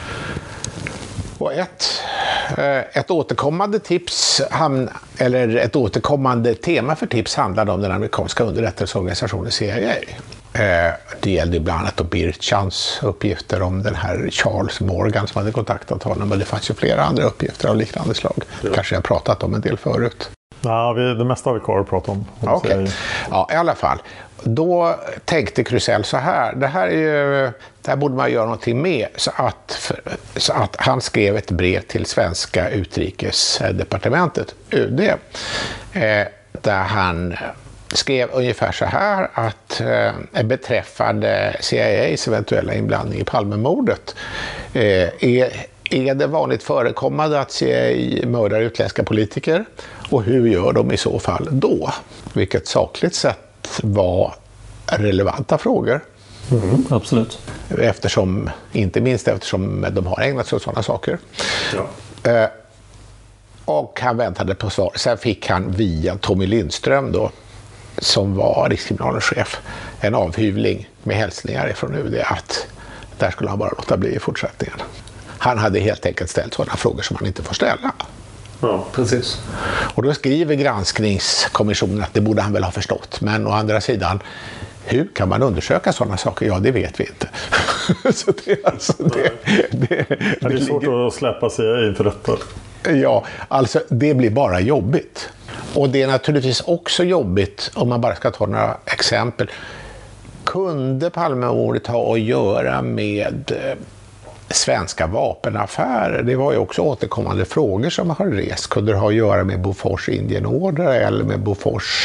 Och ett, ett återkommande tips, eller ett återkommande tema för tips handlade om den amerikanska underrättelseorganisationen C I A. Eh, det gällde bland annat då Birchans uppgifter om den här Charles Morgan som hade kontaktat honom, men det fanns ju flera andra uppgifter av liknande slag. Ja. Kanske jag har pratat om en del förut. Ja, vi, det mesta har vi kvar att prata om. om Okej. Okay. Ja, i alla fall. Då tänkte Krusell så här, det här är ju, det här borde man göra någonting med, så att, för, så att han skrev ett brev till svenska utrikesdepartementet, U D, eh, där han skrev ungefär så här att eh, beträffande C I A:s eventuella inblandning i Palmemordet, eh, är, är det vanligt förekommande att C I A mördar utländska politiker, och hur gör de i så fall då? Vilket sakligt sett var relevanta frågor. Mm, absolut. Eftersom, inte minst eftersom de har ägnat sig åt sådana saker. Ja. Eh, och han väntade på svar. Sen fick han via Tommy Lindström då, som var rikskriminalenchef, en avhyvling med hälsningar från U D att där skulle han bara låta bli i fortsättningen. Han hade helt enkelt ställt sådana frågor som man inte får ställa. Ja, precis. Och då skriver granskningskommissionen att det borde han väl ha förstått. Men å andra sidan, hur kan man undersöka sådana saker? Ja, det vet vi inte. Så det, alltså, det, det, det, det är svårt ligger... att släppa sig inför detta. Ja, alltså det blir bara jobbigt. Och det är naturligtvis också jobbigt, om man bara ska ta några exempel. Kunde Palmemordet ha att göra med svenska vapenaffärer? Det var ju också återkommande frågor som har rest. Kunde det ha att göra med Bofors Indienorder eller med Bofors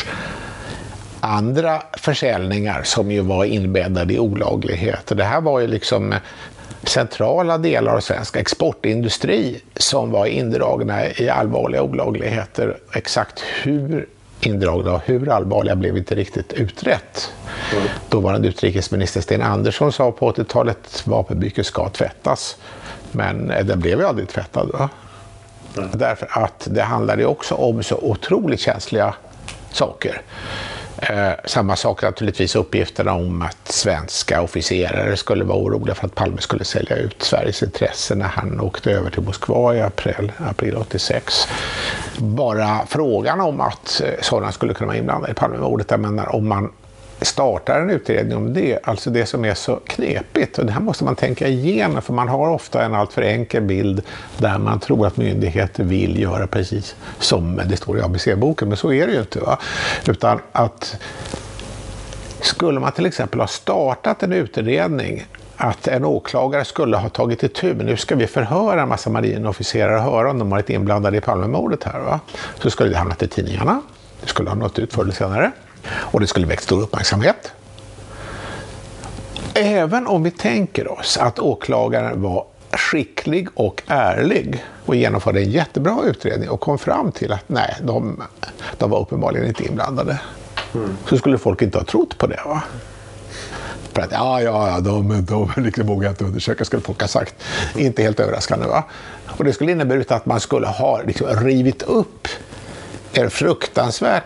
andra försäljningar som ju var inbäddade i olaglighet? Och det här var ju liksom centrala delar av svensk exportindustri som var indragna i allvarliga olagligheter. Exakt hur indragna och hur allvarliga blev inte riktigt utrett. Mm. Dåvarande utrikesminister Sten Andersson sa på åttiotalet att vapenbyken ska tvättas. Men den blev ju aldrig tvättad. Va? Mm. Därför att det handlade också om så otroligt känsliga saker. Eh, samma sak naturligtvis uppgifterna om att svenska officerare skulle vara oroliga för att Palme skulle sälja ut Sveriges intressen när han åkte över till Moskva i april, april åttiosex. Bara frågan om att eh, sådana skulle kunna vara inblandade i Palmemordet, jag menar, om man startar en utredning om det, alltså det som är så knepigt, och det här måste man tänka igenom, för man har ofta en alltför enkel bild där man tror att myndigheter vill göra precis som det står i A B C-boken, men så är det ju inte, va? Utan att skulle man till exempel ha startat en utredning att en åklagare skulle ha tagit itu, men nu ska vi förhöra en massa marinofficerare och höra om de har varit inblandade i Palmemordet här, va? Så skulle det hamnat i tidningarna, det skulle ha nått ut förr eller senare. Och det skulle väcka stor uppmärksamhet. Även om vi tänker oss att åklagaren var skicklig och ärlig och genomförde en jättebra utredning och kom fram till att nej, de, de var uppenbarligen inte inblandade. Mm. Så skulle folk inte ha trott på det, va? För att ja, ja, de, de liksom vågar inte undersöka, skulle folk ha sagt. Inte helt överraskande, va? Och det skulle innebära att man skulle ha liksom rivit upp en fruktansvärt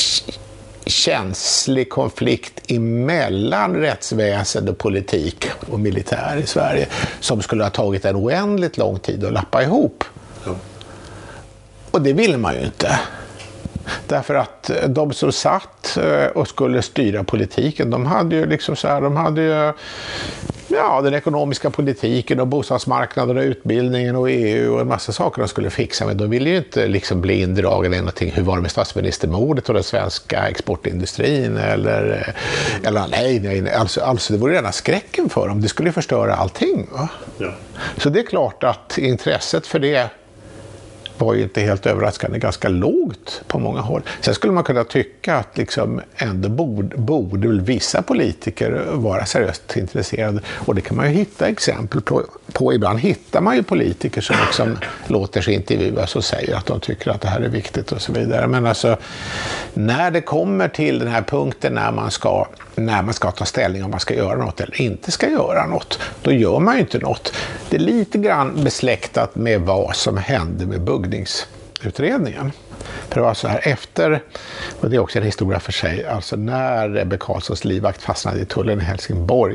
känslig konflikt emellan rättsväsen och politik och militär i Sverige som skulle ha tagit en oändligt lång tid att lappa ihop. Ja. Och det ville man ju inte. Därför att de som satt och skulle styra politiken, de hade ju liksom så här, de hade ju ja, den ekonomiska politiken och bostadsmarknaden och utbildningen och E U och en massa saker de skulle fixa, men de ville ju inte liksom bli indragna i någonting. Hur var det med statsministermordet och den svenska exportindustrin eller, eller nej, nej, nej. Alltså, alltså det vore rena skräcken för dem. Det skulle förstöra allting, va? Ja. Så det är klart att intresset för det var ju inte helt överraskande ganska lågt på många håll. Sen skulle man kunna tycka att liksom ändå borde, borde väl vissa politiker vara seriöst intresserade. Och det kan man ju hitta exempel på. på. Ibland hittar man ju politiker som liksom låter sig intervjuas och säger att de tycker att det här är viktigt och så vidare. Men alltså, när det kommer till den här punkten när man ska, när man ska ta ställning om man ska göra något eller inte ska göra något, då gör man ju inte något. Det är lite grann besläktat med vad som hände med buggningsutredningen. För det var så här efter, och det är också en historia för sig, alltså när Ebbe Carlssons livvakt fastnade i tullen i Helsingborg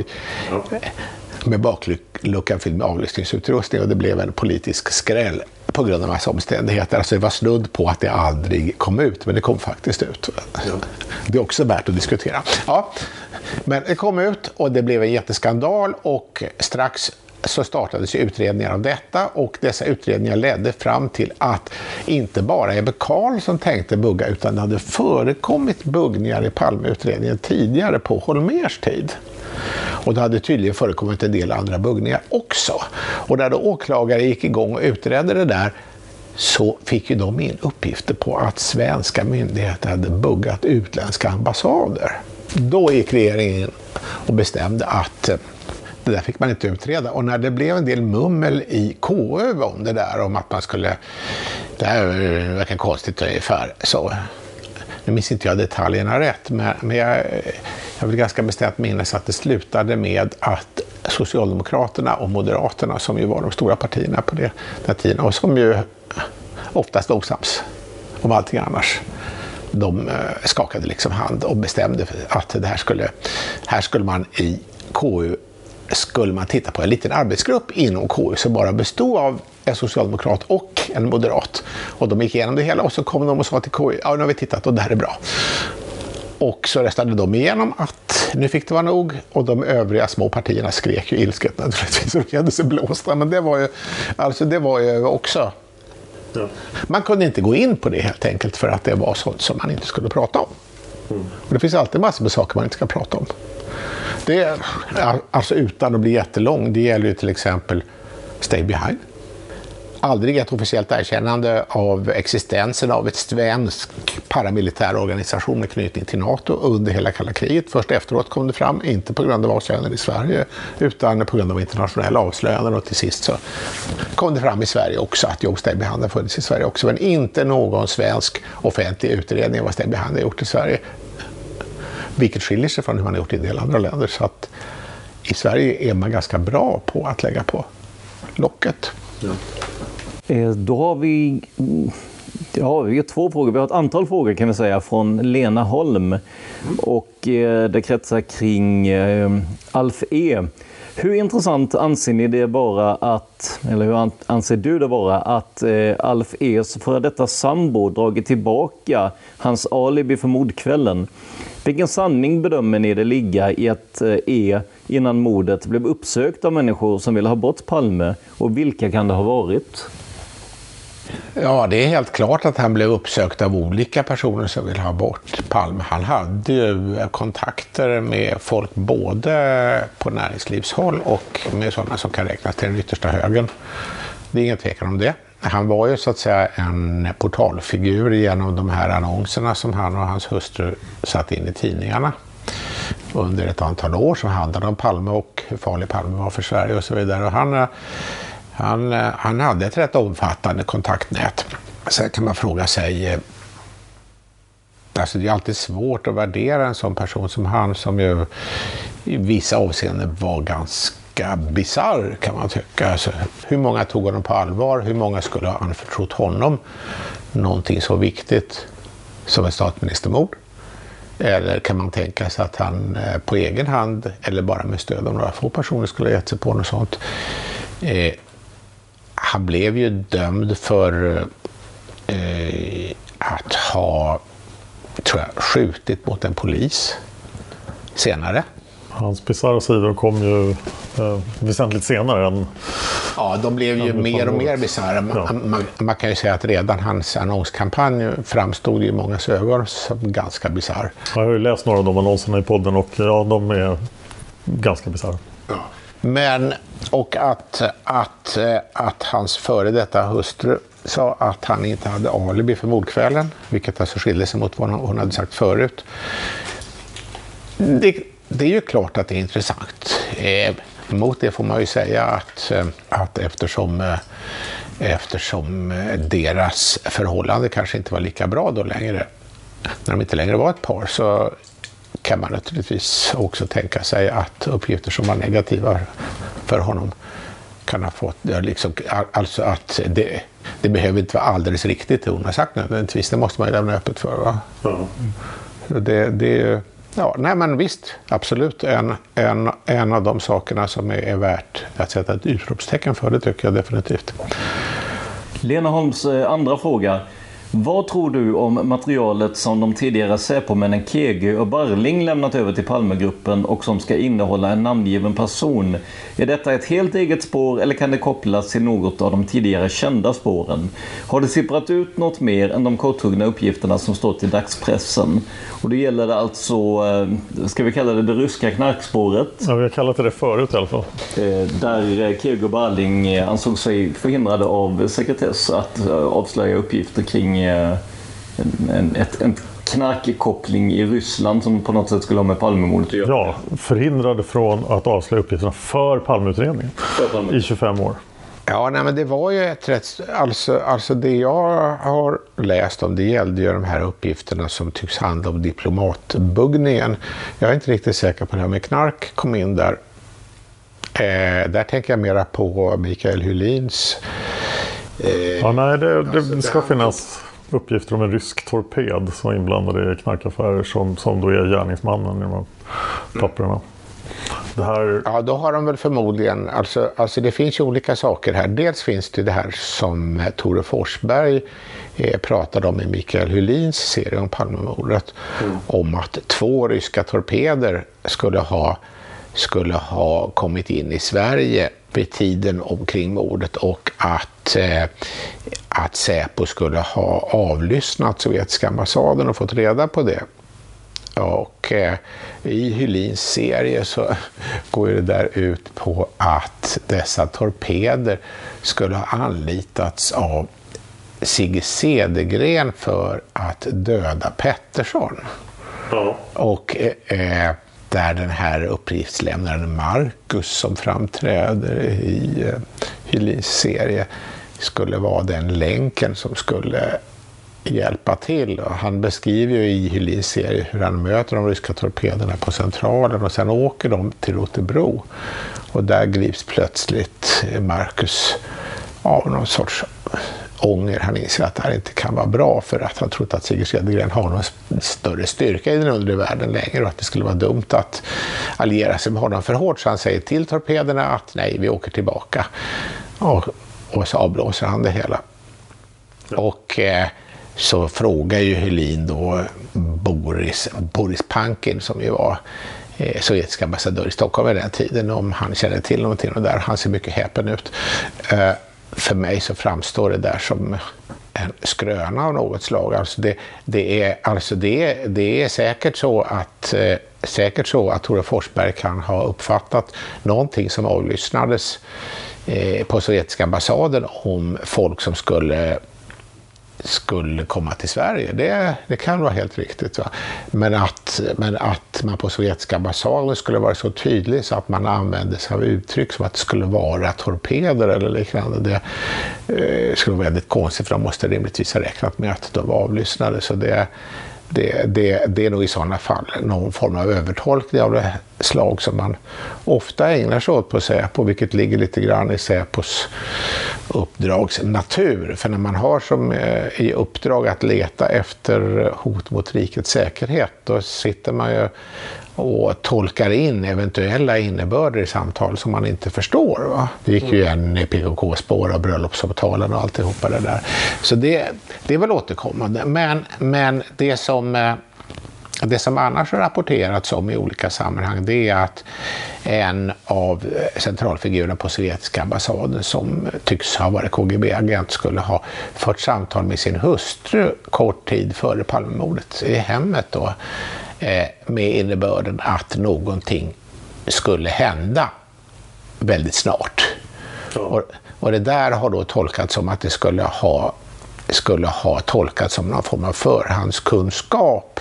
med bakluckan fylld med avlyssningsutrustning och det blev en politisk skräll på grund av massa omständigheter. Alltså det var snudd på att det aldrig kom ut, men det kom faktiskt ut. Ja. Det är också värt att diskutera. Ja, Men det kom ut och det blev en jätteskandal och strax så startades ju utredningar av detta och dessa utredningar ledde fram till att inte bara Ebbe Carlsson tänkte bugga utan det hade förekommit buggningar i Palmeutredningen tidigare på Holmérs tid. Och det hade tydligen förekommit en del andra buggningar också. Och när då åklagare gick igång och utredde det där så fick ju de in uppgifter på att svenska myndigheter hade buggat utländska ambassader. Då gick regeringen in och bestämde att det där fick man inte utreda. Och när det blev en del mummel i K Ö om det där, om att man skulle, det här verkar konstigt ungefär, så nu minns inte jag detaljerna rätt, men, men jag, jag vill ganska bestämt minnas att det slutade med att Socialdemokraterna och Moderaterna, som ju var de stora partierna på det, den tiden, och som ju oftast osams om allting annars, de skakade liksom hand och bestämde att det här skulle, här skulle man i K U skulle man titta på en liten arbetsgrupp inom K U som bara bestod av en socialdemokrat och en moderat. Och de gick igenom det hela och så kom de och sa till K U, ja nu har vi tittat och det här är bra. Och så röstade de igenom att nu fick det vara nog och de övriga små partierna skrek ju ilsket naturligtvis och kände sig blåsta. Men det var ju, alltså det var ju också, ja. Man kunde inte gå in på det helt enkelt för att det var sånt som man inte skulle prata om. Mm. Och det finns alltid massor med saker man inte ska prata om. Det är, alltså utan att bli jättelång, det gäller ju till exempel Stay Behind. Aldrig ett officiellt erkännande av existensen av ett svensk paramilitär organisation med knytning till NATO under hela kalla kriget. Först efteråt kom det fram, inte på grund av avslöjanden i Sverige utan på grund av internationella avslöjanden, och till sist så kom det fram i Sverige också att jo, Stay Behind har funnits i Sverige också, men inte någon svensk offentlig utredning av vad Stay Behind har gjort i Sverige. Vilket skiljer sig från hur man har gjort i en del andra länder. Så att i Sverige är man ganska bra på att lägga på locket. Ja. Då har vi, ja, vi har två frågor. Vi har ett antal frågor kan vi säga från Lena Holm. Och det kretsar kring Alf E. Hur intressant anser ni det vara att, eller hur anser du det vara att Alf E's före detta sambo dragit tillbaka hans alibi för mordkvällen? Vilken sanning bedömer ni det ligga i att E innan mordet blev uppsökt av människor som ville ha bort Palme, och vilka kan det ha varit? Ja, det är helt klart att han blev uppsökt av olika personer som ville ha bort Palme. Han hade ju kontakter med folk både på näringslivshåll och med sådana som kan räknas till den yttersta högen. Det är ingen tvekan om det. Han var ju så att säga en portalfigur genom de här annonserna som han och hans hustru satt in i tidningarna under ett antal år, som handlade om Palme och hur farlig Palme var för Sverige och så vidare. Och han, han, han hade ett rätt omfattande kontaktnät. Sen kan man fråga sig, alltså det är alltid svårt att värdera en sån person som han, som ju i vissa avseenden var ganska bizarr kan man tycka. Alltså, hur många tog honom på allvar? Hur många skulle ha anförtrott honom någonting så viktigt som ett statsministermord? Eller kan man tänka sig att han på egen hand eller bara med stöd av några få personer skulle ha gett sig på något sånt? Eh, han blev ju dömd för eh, att ha, tror jag, skjutit mot en polis senare. Hans bizarra sidor kom ju eh, väsentligt senare än... Ja, de blev ju mer och mer bizarra. Man, ja. man, man kan ju säga att redan hans annonskampanj framstod i många ögon som ganska bizarr. Jag har ju läst några av de annonserna i podden och ja, de är ganska bizarra. Ja. Men, och att, att, att hans före detta hustru sa att han inte hade alibi för mordkvällen, vilket alltså skilde sig mot vad hon hade sagt förut. Det, det är ju klart att det är intressant. Eh, mot det får man ju säga att, att eftersom, eftersom deras förhållande kanske inte var lika bra då längre, när de inte längre var ett par, så kan man naturligtvis också tänka sig att uppgifter som var negativa för honom kan ha fått, liksom, alltså att det, det behöver inte vara alldeles riktigt det hon har sagt nödvändigtvis, det måste man ju lämna öppet för, va? Mm. Det, det, ja, nej men visst, absolut en, en, en av de sakerna som är, är värt att sätta ett utropstecken för, det tycker jag definitivt. Lena Holms andra fråga. Vad tror du om materialet som de tidigare Säpomännen Kegö och Barling lämnat över till Palmegruppen och som ska innehålla en namngiven person? Är detta ett helt eget spår eller kan det kopplas till något av de tidigare kända spåren? Har det sipprat ut något mer än de korthuggna uppgifterna som stått i dagspressen? Och det gäller alltså, ska vi kalla det det ryska knarkspåret? Ja, vi har kallat det det förut i alla fall. Där Kegö och Barling ansåg sig förhindrade av sekretess att avslöja uppgifter kring en, en, ett, en knarkkoppling i Ryssland som på något sätt skulle ha med Palmemordet att göra. Ja, förhindrade från att avslöja uppgifterna för Palmeutredningen i tjugofem år. Ja, nej, men det var ju ett rätt... Alltså, alltså det jag har läst om, det gällde ju de här uppgifterna som tycks handla om diplomatbuggningen. Jag är inte riktigt säker på det här med knark kom in där. Eh, där tänker jag mera på Mikael Hylins... Eh, ja, nej, det, det alltså ska det finnas han... uppgifter om en rysk torped som är inblandad i knarkaffärer som, som då är gärningsmannen i de här papperna. Det här... Ja, då har de väl förmodligen, alltså, alltså det finns ju olika saker här. Dels finns det det här som Tore Forsberg eh, pratade om i Mikael Hylins serie om Palmemordet. Mm. Om att två ryska torpeder skulle ha, skulle ha kommit in i Sverige vid tiden omkring mordet och att, eh, att Säpo skulle ha avlyssnat sovjetiska ambassaden och fått reda på det. Och eh, i Hylins serie så går det där ut på att dessa torpeder skulle ha anlitats av Sigge Cedergren för att döda Pettersson. Ja. Och eh, där den här uppgiftslämnaren Marcus som framträder i eh, Hylins serie skulle vara den länken som skulle hjälpa till. Och han beskriver ju i Hylins serie hur han möter de ryska torpederna på centralen och sen åker de till Rotebro. Och där grips plötsligt Marcus av någon sorts ånger. Han inser att det här inte kan vara bra för att han trott att Sigge Cedergren har någon större styrka i den undre världen längre och att det skulle vara dumt att alliera sig med honom för hårt. Så han säger till torpederna att nej, vi åker tillbaka. Och, och så avblåser han det hela. Ja. Och eh, så frågar ju Hylin då Boris, Boris Pankin som ju var eh, sovjetisk ambassadör i Stockholm i den tiden om han känner till någonting och där han ser mycket häpen ut. Eh, för mig så framstår det där som en skröna av något slag. Alltså det, det, är, alltså det, det är säkert så att eh, säkert så att Tore Forsberg kan ha uppfattat någonting som avlyssnades eh, på sovjetiska ambassaden om folk som skulle skulle komma till Sverige. Det, det kan vara helt riktigt. Va? Men, att, men att man på sovjetiska ambassaden skulle vara så tydlig så att man använde sig av uttryck som att det skulle vara torpeder eller liknande. Det eh, skulle vara väldigt konstigt för de måste rimligtvis ha räknat med att de var avlyssnade. Så det, det, det, det är nog i sådana fall någon form av övertolkning av det slag som man ofta ägnar sig åt på Säpo, vilket ligger lite grann i Säpos uppdragsnatur. För när man har som eh, i uppdrag att leta efter hot mot rikets säkerhet, då sitter man ju och tolkar in eventuella innebörder i samtal som man inte förstår. Va? Det gick ju en i P K K-spår och bröllopsavtalen och alltihopa det där. Så det, det är väl återkommande. Men, men det som... Det som annars har rapporterats om i olika sammanhang, det är att en av centralfigurerna på sovjetiska ambassaden som tycks ha varit K G B-agent skulle ha fört samtal med sin hustru kort tid före Palmemordet i hemmet då, med innebörden att någonting skulle hända väldigt snart. Ja. Och, och det där har då tolkats som att det skulle ha, skulle ha tolkats som någon form av förhandskunskap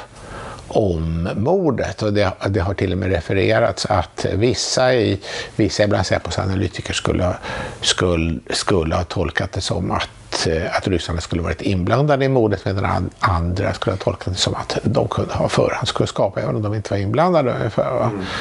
om mordet, och det, det har till och med refererats att vissa i vissa bland Säpos analytiker skulle, skulle, skulle ha tolkat det som att, att ryssarna skulle varit inblandade i mordet, medan andra skulle ha tolkat det som att de kunde ha förhandskunskap även om de inte var inblandade ungefär. Va? Mm.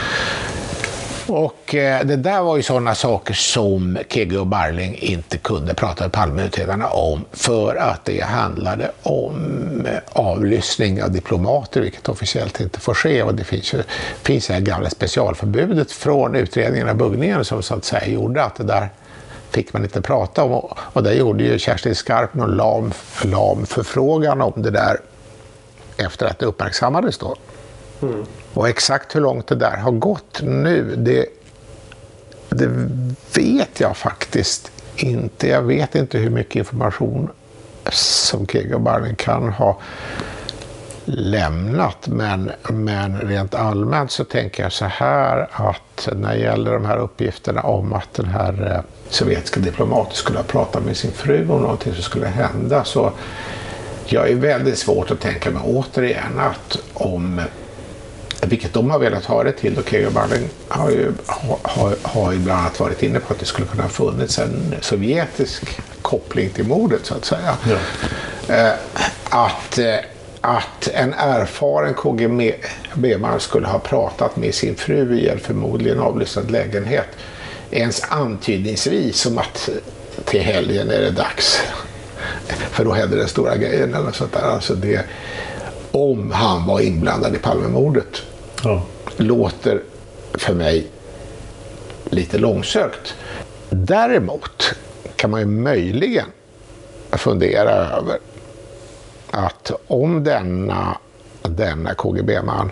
Och eh, det där var ju sådana saker som Kegö och Barling inte kunde prata med Palmeutredarna om, för att det handlade om eh, avlyssning av diplomater, vilket officiellt inte får ske. Och det finns ju finns det här gamla specialförbudet från utredningen av buggningen som så att säga gjorde att det där fick man inte prata om. Och, och där gjorde ju Kerstin Skarp någon lam, lam förfrågan om det där efter att det uppmärksammades då. Mm. Och exakt hur långt det där har gått nu, det, det vet jag faktiskt inte. Jag vet inte hur mycket information som K G Barling kan ha lämnat, men, men rent allmänt så tänker jag så här att när det gäller de här uppgifterna om att den här eh, sovjetiska diplomaten skulle ha pratat med sin fru om någonting som skulle hända, så jag är väldigt svårt att tänka mig återigen att om vilket de har velat ha det till, och K G Barling har ju, har, har ju bland annat varit inne på att det skulle kunna ha funnits en sovjetisk koppling till mordet så att säga. Ja. Eh, att Att en erfaren K G B-man skulle ha pratat med sin fru i en förmodligen avlyssnad lägenhet ens antydningsvis som att till helgen är det dags. För då hände den stora grejen eller sånt där. Alltså det, om han var inblandad i Palmemordet, ja, låter för mig lite långsökt. Däremot kan man ju möjligen fundera över att om denna, denna K G B-man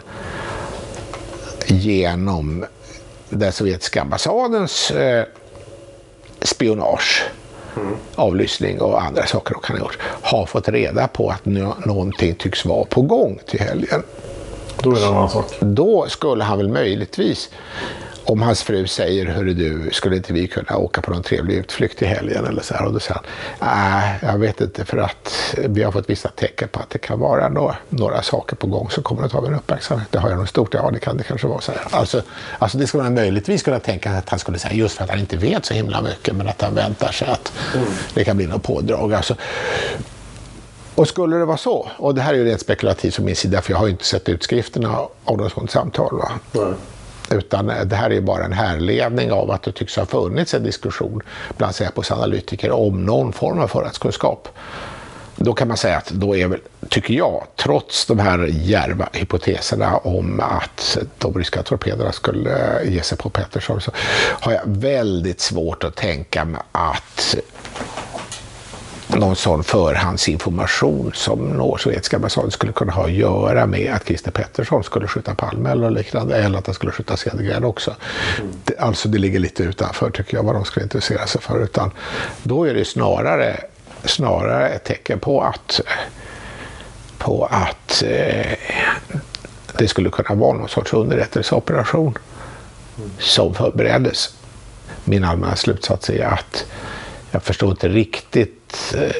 genom den sovjetiska ambassadens eh, spionage, mm. avlyssning och andra saker och kan ha gjort, har fått reda på att nå- någonting tycks vara på gång till helgen. Då är det en annan sak. Då skulle han väl möjligtvis, om hans fru säger, hörru du, skulle inte vi kunna åka på någon trevlig utflykt i helgen eller så här, och då säger han, nej, jag vet inte, för att vi har fått vissa tecken på att det kan vara några, några saker på gång som kommer att ta en uppmärksamhet. Det har jag nog stort, ja det kan det kanske vara så här. Alltså, alltså det skulle man möjligtvis kunna tänka att han skulle säga, just för att han inte vet så himla mycket, men att han väntar sig att mm. det kan bli något pådrag. Alltså, och skulle det vara så, och det här är ju rent spekulativt från min sida, för jag har ju inte sett utskrifterna av något sånt samtal, va? Mm. Utan det här är bara en härledning av att det tycks ha funnits en diskussion bland Säpos analytiker om någon form av förhandskunskap. Då kan man säga att då är väl, tycker jag, trots de här djärva hypoteserna om att de ryska torpederna skulle ge sig på Pettersson, så har jag väldigt svårt att tänka mig att någon sån förhandsinformation som någon sovjetiska ambassaden skulle kunna ha att göra med att Christer Pettersson skulle skjuta Palme eller liknande, eller att han skulle skjuta Cedergren också. Mm. Det, alltså det ligger lite utanför, tycker jag, vad de skulle intressera sig för, utan då är det snarare, snarare ett tecken på att på att eh, det skulle kunna vara någon sorts underrättelseoperation mm. som förbereddes. Min allmänna slutsats är att jag förstår inte riktigt eh,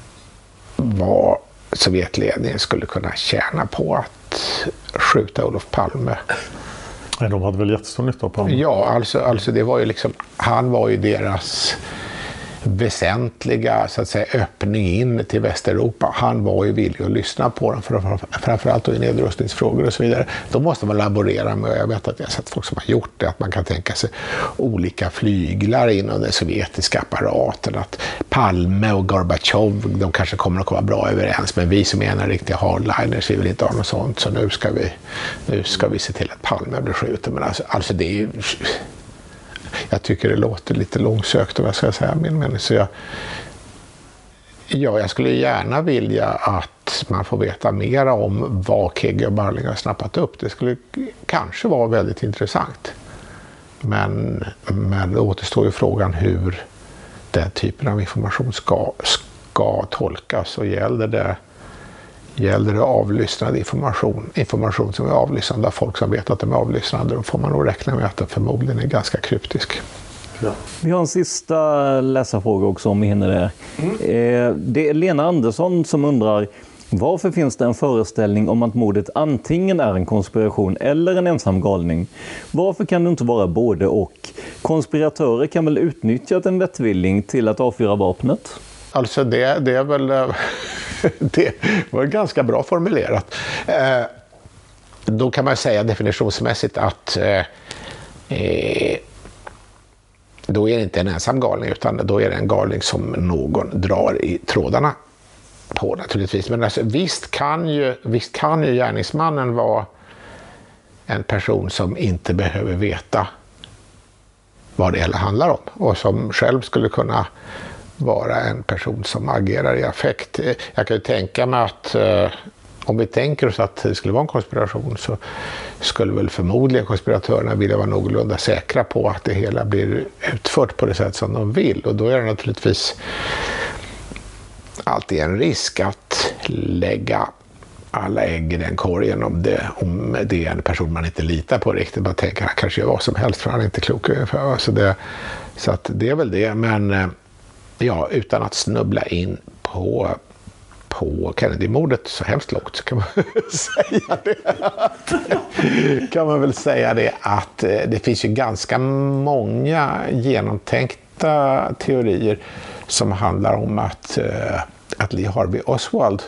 vad Sovjetledningen skulle kunna tjäna på att skjuta Olof Palme. Nej, de hade väl jättestor nytta av Palme? Ja, alltså, alltså det var ju liksom, han var ju deras väsentliga, så att säga, öppning in till Västeuropa. Han var ju villig att lyssna på dem, för, framförallt i nedrustningsfrågor och så vidare. Då måste man laborera med, och jag vet att jag har sett folk som har gjort det, att man kan tänka sig olika flyglar inom den sovjetiska apparaten, att Palme och Gorbatjov, de kanske kommer att komma bra överens, men vi som är en riktiga hardliners, vi vill inte ha något sånt, så nu ska vi, nu ska vi se till att Palme blir skjuten. Men alltså, alltså det är ju... Jag tycker det låter lite långsökt, om jag ska säga min mening. Så jag, ja, jag skulle gärna vilja att man får veta mer om vad K G Barling har snappat upp. Det skulle kanske vara väldigt intressant. Men, men det återstår ju frågan hur den typen av information ska, ska tolkas. Och gäller det, gäller det avlyssnad information, information som är avlyssnad av folk som vet att de är avlyssnade, då får man nog räkna med att den förmodligen är ganska kryptisk. Ja. Vi har en sista läsarfråga också, om vi hinner det. Mm. Det är Lena Andersson som undrar: varför finns det en föreställning om att mordet antingen är en konspiration eller en ensam galning? Varför kan det inte vara både och? Konspiratörer kan väl utnyttja en vettvilling till att avfyra vapnet? Alltså det, det är väl... Det var ganska bra formulerat. Eh, då kan man säga definitionsmässigt att eh, då är det inte en ensam galning, utan då är det en galning som någon drar i trådarna på, naturligtvis. Men alltså, visst, kan ju, visst kan ju gärningsmannen vara en person som inte behöver veta vad det hela handlar om och som själv skulle kunna vara en person som agerar i affekt. Jag kan ju tänka mig att eh, om vi tänker oss att det skulle vara en konspiration så skulle väl förmodligen konspiratörerna vilja vara någorlunda säkra på att det hela blir utfört på det sätt som de vill. Och då är det naturligtvis alltid en risk att lägga alla ägg i den korgen om det, om det är en person man inte litar på riktigt. Man tänker att han kanske gör vad som helst för han är inte klok ungefär. Så, det, så att det är väl det. Men ja, utan att snubbla in på på Kennedy-mordet så hemskt lågt så kan man säga det. kan man väl säga det att det finns ju ganska många genomtänkta teorier som handlar om att, att Lee Harvey Oswald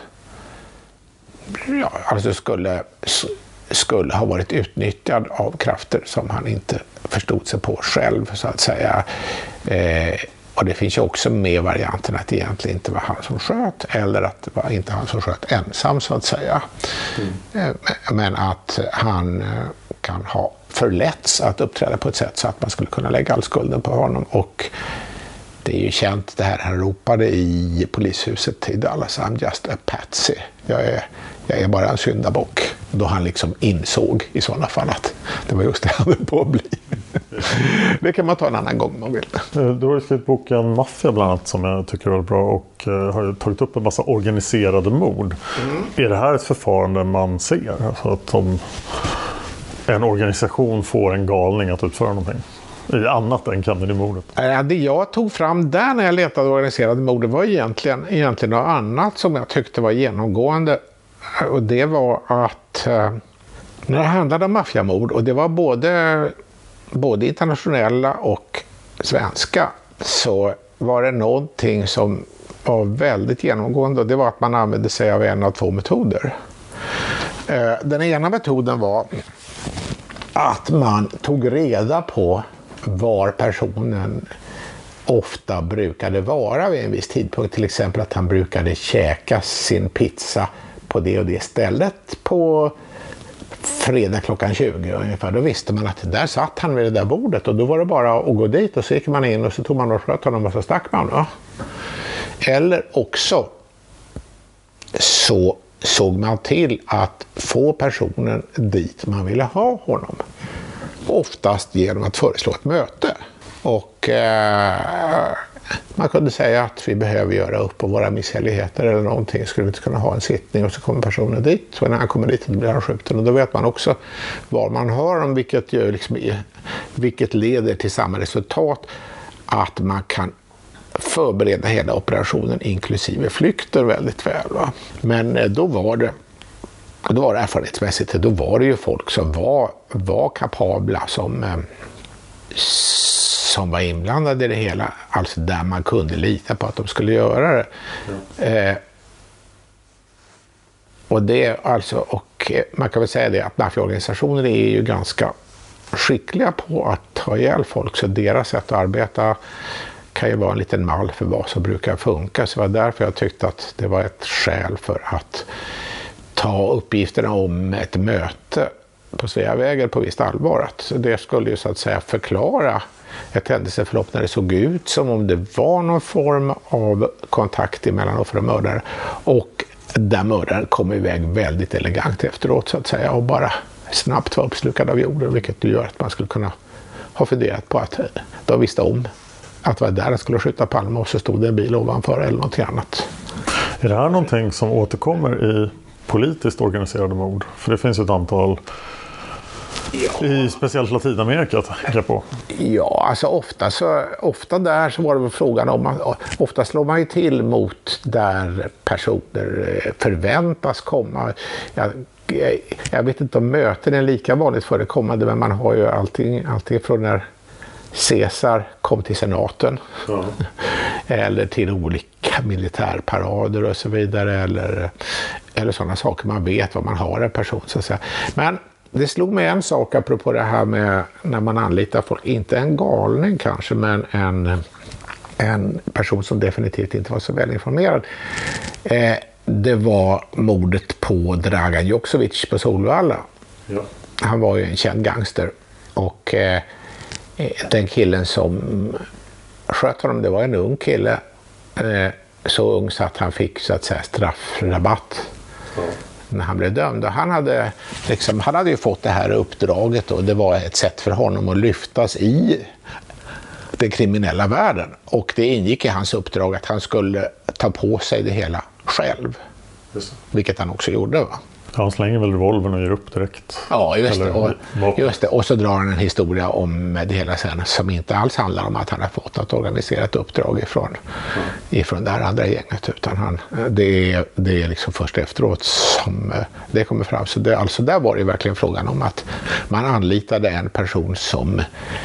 ja, alltså skulle, skulle ha varit utnyttjad av krafter som han inte förstod sig på själv så att säga. Eh, Och det finns ju också med varianten att det egentligen inte var han som sköt eller att det var inte han som sköt ensam så att säga. Mm. Men att han kan ha förletts att uppträda på ett sätt så att man skulle kunna lägga all skulden på honom. Och det är ju känt det här han ropade i polishuset i Dallas, I'm just a patsy. Jag är, jag är bara en syndabock. Då han liksom insåg i sådana fall att det var just det han höll på att bli. Det kan man ta en annan gång om man vill. Du har ju skrivit boken Maffia bland annat som jag tycker är väldigt bra och har ju tagit upp en massa organiserade mord. Mm. Är det här ett förfarande man ser? Alltså att om en organisation får en galning att utföra någonting? I annat än Kennedy-mordet? Det jag tog fram där när jag letade organiserade mord var egentligen, egentligen något annat som jag tyckte var genomgående. Och det var att eh, när det handlade om maffiamord och det var både, både internationella och svenska så var det någonting som var väldigt genomgående och det var att man använde sig av en av två metoder. Eh, den ena metoden var att man tog reda på var personen ofta brukade vara vid en viss tidpunkt. Till exempel att han brukade käka sin pizza på det och det stället på fredag klockan tjugo ungefär. Då visste man att där satt han vid det där bordet och då var det bara att gå dit och så gick man in och så tog man och sköt honom och så stack man. Ja. Eller också så såg man till att få personen dit man ville ha honom. Oftast genom att föreslå ett möte. Och eh, man kunde säga att vi behöver göra upp på våra misshälligheter eller någonting. Skulle vi inte kunna ha en sittning och så kommer personen dit. Och när han kommer dit då blir han skjuten. Och då vet man också var man hör om vilket, gör liksom, vilket leder till samma resultat. Att man kan förbereda hela operationen inklusive flykter väldigt väl. Va? Men eh, då var det då var det erfarenhetsmässigt, då var det ju folk som var, var kapabla som, eh, som var inblandade i det hela, alltså där man kunde lita på att de skulle göra det. Mm. Eh, och det alltså, och man kan väl säga det att maffiaorganisationer är ju ganska skickliga på att ta ihjäl folk, så deras sätt att arbeta kan ju vara en liten mall för vad som brukar funka. Så det var därför jag tyckte att det var ett skäl för att ta uppgifterna om ett möte på Sveavägen på visst allvar. Att det skulle ju så att säga förklara ett händelseförlopp när det såg ut som om det var någon form av kontakt mellan offer och mördare. Och där mördaren kom iväg väldigt elegant efteråt så att säga och bara snabbt var uppslukad av jorden, vilket gör att man skulle kunna ha funderat på att de visste om att det var där de skulle skjuta Palme och så stod det en bil ovanför eller något annat. Är det här någonting som återkommer i politiskt organiserade mord? För det finns ett antal ja. i speciellt Latinamerika att tänka på. Ja, alltså ofta, så, ofta där så var det väl frågan om att ofta slår man ju till mot där personer förväntas komma. Jag, jag vet inte om möten är lika vanligt förekommande, men man har ju allting, allting från när Caesar kom till senaten ja. eller till olika militärparader och så vidare eller, eller sådana saker. Man vet vad man har en person så att säga. Men det slog mig en sak apropå det här med när man anlitar folk, inte en galning kanske, men en, en person som definitivt inte var så välinformerad. Eh, det var mordet på Dragan Joksimovic på Solvalla. Ja. Han var ju en känd gangster och eh, den killen som sköt honom, det var en ung kille. Eh, så ung så att han fick så att säga straffrabatt mm. när han blev dömd. Och han, hade, liksom, han hade ju fått det här uppdraget och det var ett sätt för honom att lyftas i den kriminella världen. Och det ingick i hans uppdrag att han skulle ta på sig det hela själv. Just det. Vilket han också gjorde, va? Han slänger väl revolvern och ger upp direkt. Ja, just det. Och, just det. Och så drar han en historia om det hela sen som inte alls handlar om att han har fått något organiserat uppdrag ifrån, mm. ifrån det här andra gänget. Utan han, det, är, det är liksom först efteråt som det kommer fram. Så det, alltså där var det verkligen frågan om att man anlitade en person som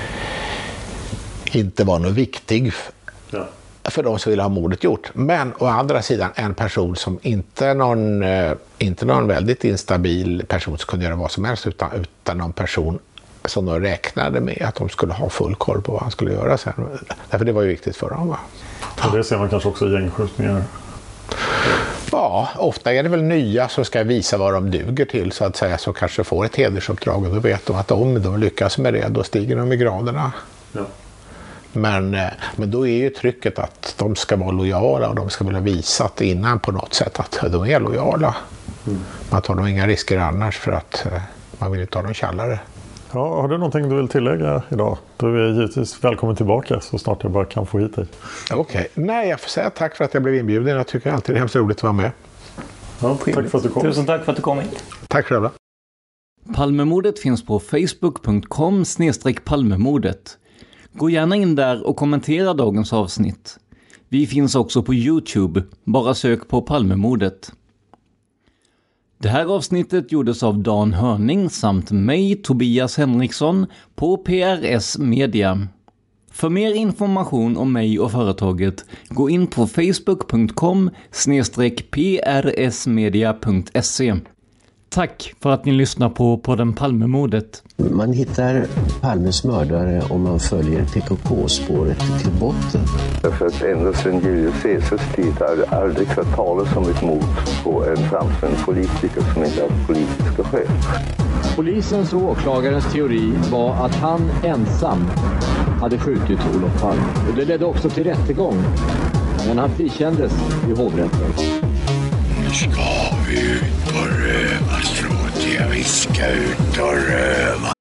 inte var något viktig ja. för de som ville ha mordet gjort. Men å andra sidan en person som inte någon, eh, inte någon väldigt instabil person som kunde göra vad som helst utan, utan någon person som de räknade med att de skulle ha full koll på vad han skulle göra sen. Därför det var ju viktigt för dem, va? Och det ser man kanske också i gängskjutningar. Ja, ofta är det väl nya som ska visa vad de duger till så att säga, så kanske får ett hedersuppdrag och då vet de att om de lyckas med det då stiger de i graderna. Ja. Men, men då är ju trycket att de ska vara lojala och de ska vilja visa att innan på något sätt att de är lojala. Mm. Man tar nog inga risker annars för att man vill inte ha någon källare. Ja, har du någonting du vill tillägga idag? Du är givetvis välkommen tillbaka så snart jag bara kan få hit dig. Okej, okay. Nej jag får säga tack för att jag blev inbjuden. Jag tycker alltid det är hemskt roligt att vara med. Ja, tack för att du kom. Tusen tack för att du kom hit. Tack själva. Palmemordet finns på facebook punkt com snedstreck palmemordet. Gå gärna in där och kommentera dagens avsnitt. Vi finns också på YouTube. Bara sök på Palmemordet. Det här avsnittet gjordes av Dan Hörning samt mig, Tobias Henriksson, på P R S Media. För mer information om mig och företaget, gå in på facebook punkt com snedstreck p r s media punkt se. Tack för att ni lyssnar på podden Palmemordet. Man hittar Palmes mördare om man följer P K K-spåret till botten. Därför att ända sedan Julius Caesars tid har det aldrig hört talas om ett mord på en framstående politiker som inte har politiska skäl. Polisens och åklagarens teori var att han ensam hade skjutit Olof Palme. Och det ledde också till rättegång. Men han frikändes i hovrätten. Nu ska vi ut på rövarstråt. Vi ska ut och röva.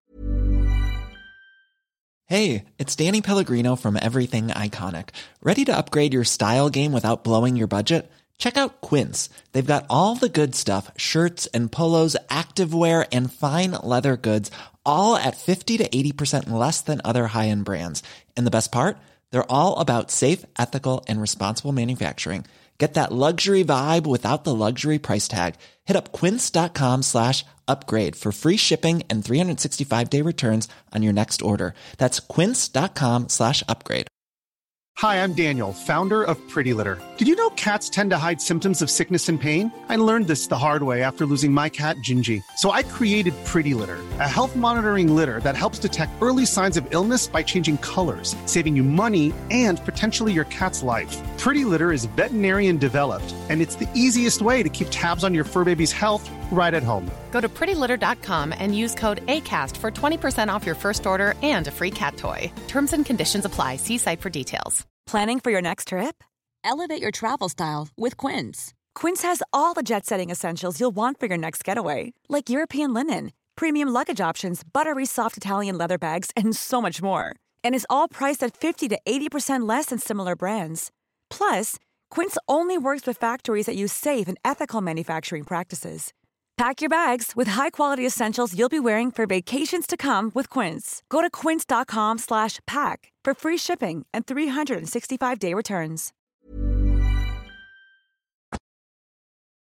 Hey, it's Danny Pellegrino from Everything Iconic. Ready to upgrade your style game without blowing your budget? Check out Quince. They've got all the good stuff, shirts and polos, activewear and fine leather goods, all at fifty to eighty percent less than other high-end brands. And the best part? They're all about safe, ethical, and responsible manufacturing. Get that luxury vibe without the luxury price tag. Hit up quince.com slash upgrade for free shipping and three sixty-five day returns on your next order. That's quince.com slash upgrade. Hi, I'm Daniel, founder of Pretty Litter. Did you know cats tend to hide symptoms of sickness and pain? I learned this the hard way after losing my cat, Gingy. So I created Pretty Litter, a health monitoring litter that helps detect early signs of illness by changing colors, saving you money and potentially your cat's life. Pretty Litter is veterinarian developed, and it's the easiest way to keep tabs on your fur baby's health right at home. Go to pretty litter dot com and use code ACAST for twenty percent off your first order and a free cat toy. Terms and conditions apply. See site for details. Planning for your next trip? Elevate your travel style with Quince. Quince has all the jet-setting essentials you'll want for your next getaway, like European linen, premium luggage options, buttery soft Italian leather bags, and so much more. And is all priced at fifty to eighty percent less than similar brands. Plus, Quince only works with factories that use safe and ethical manufacturing practices. Pack your bags with high-quality essentials you'll be wearing for vacations to come with Quince. Go to quince.com slash pack for free shipping and three sixty-five day returns.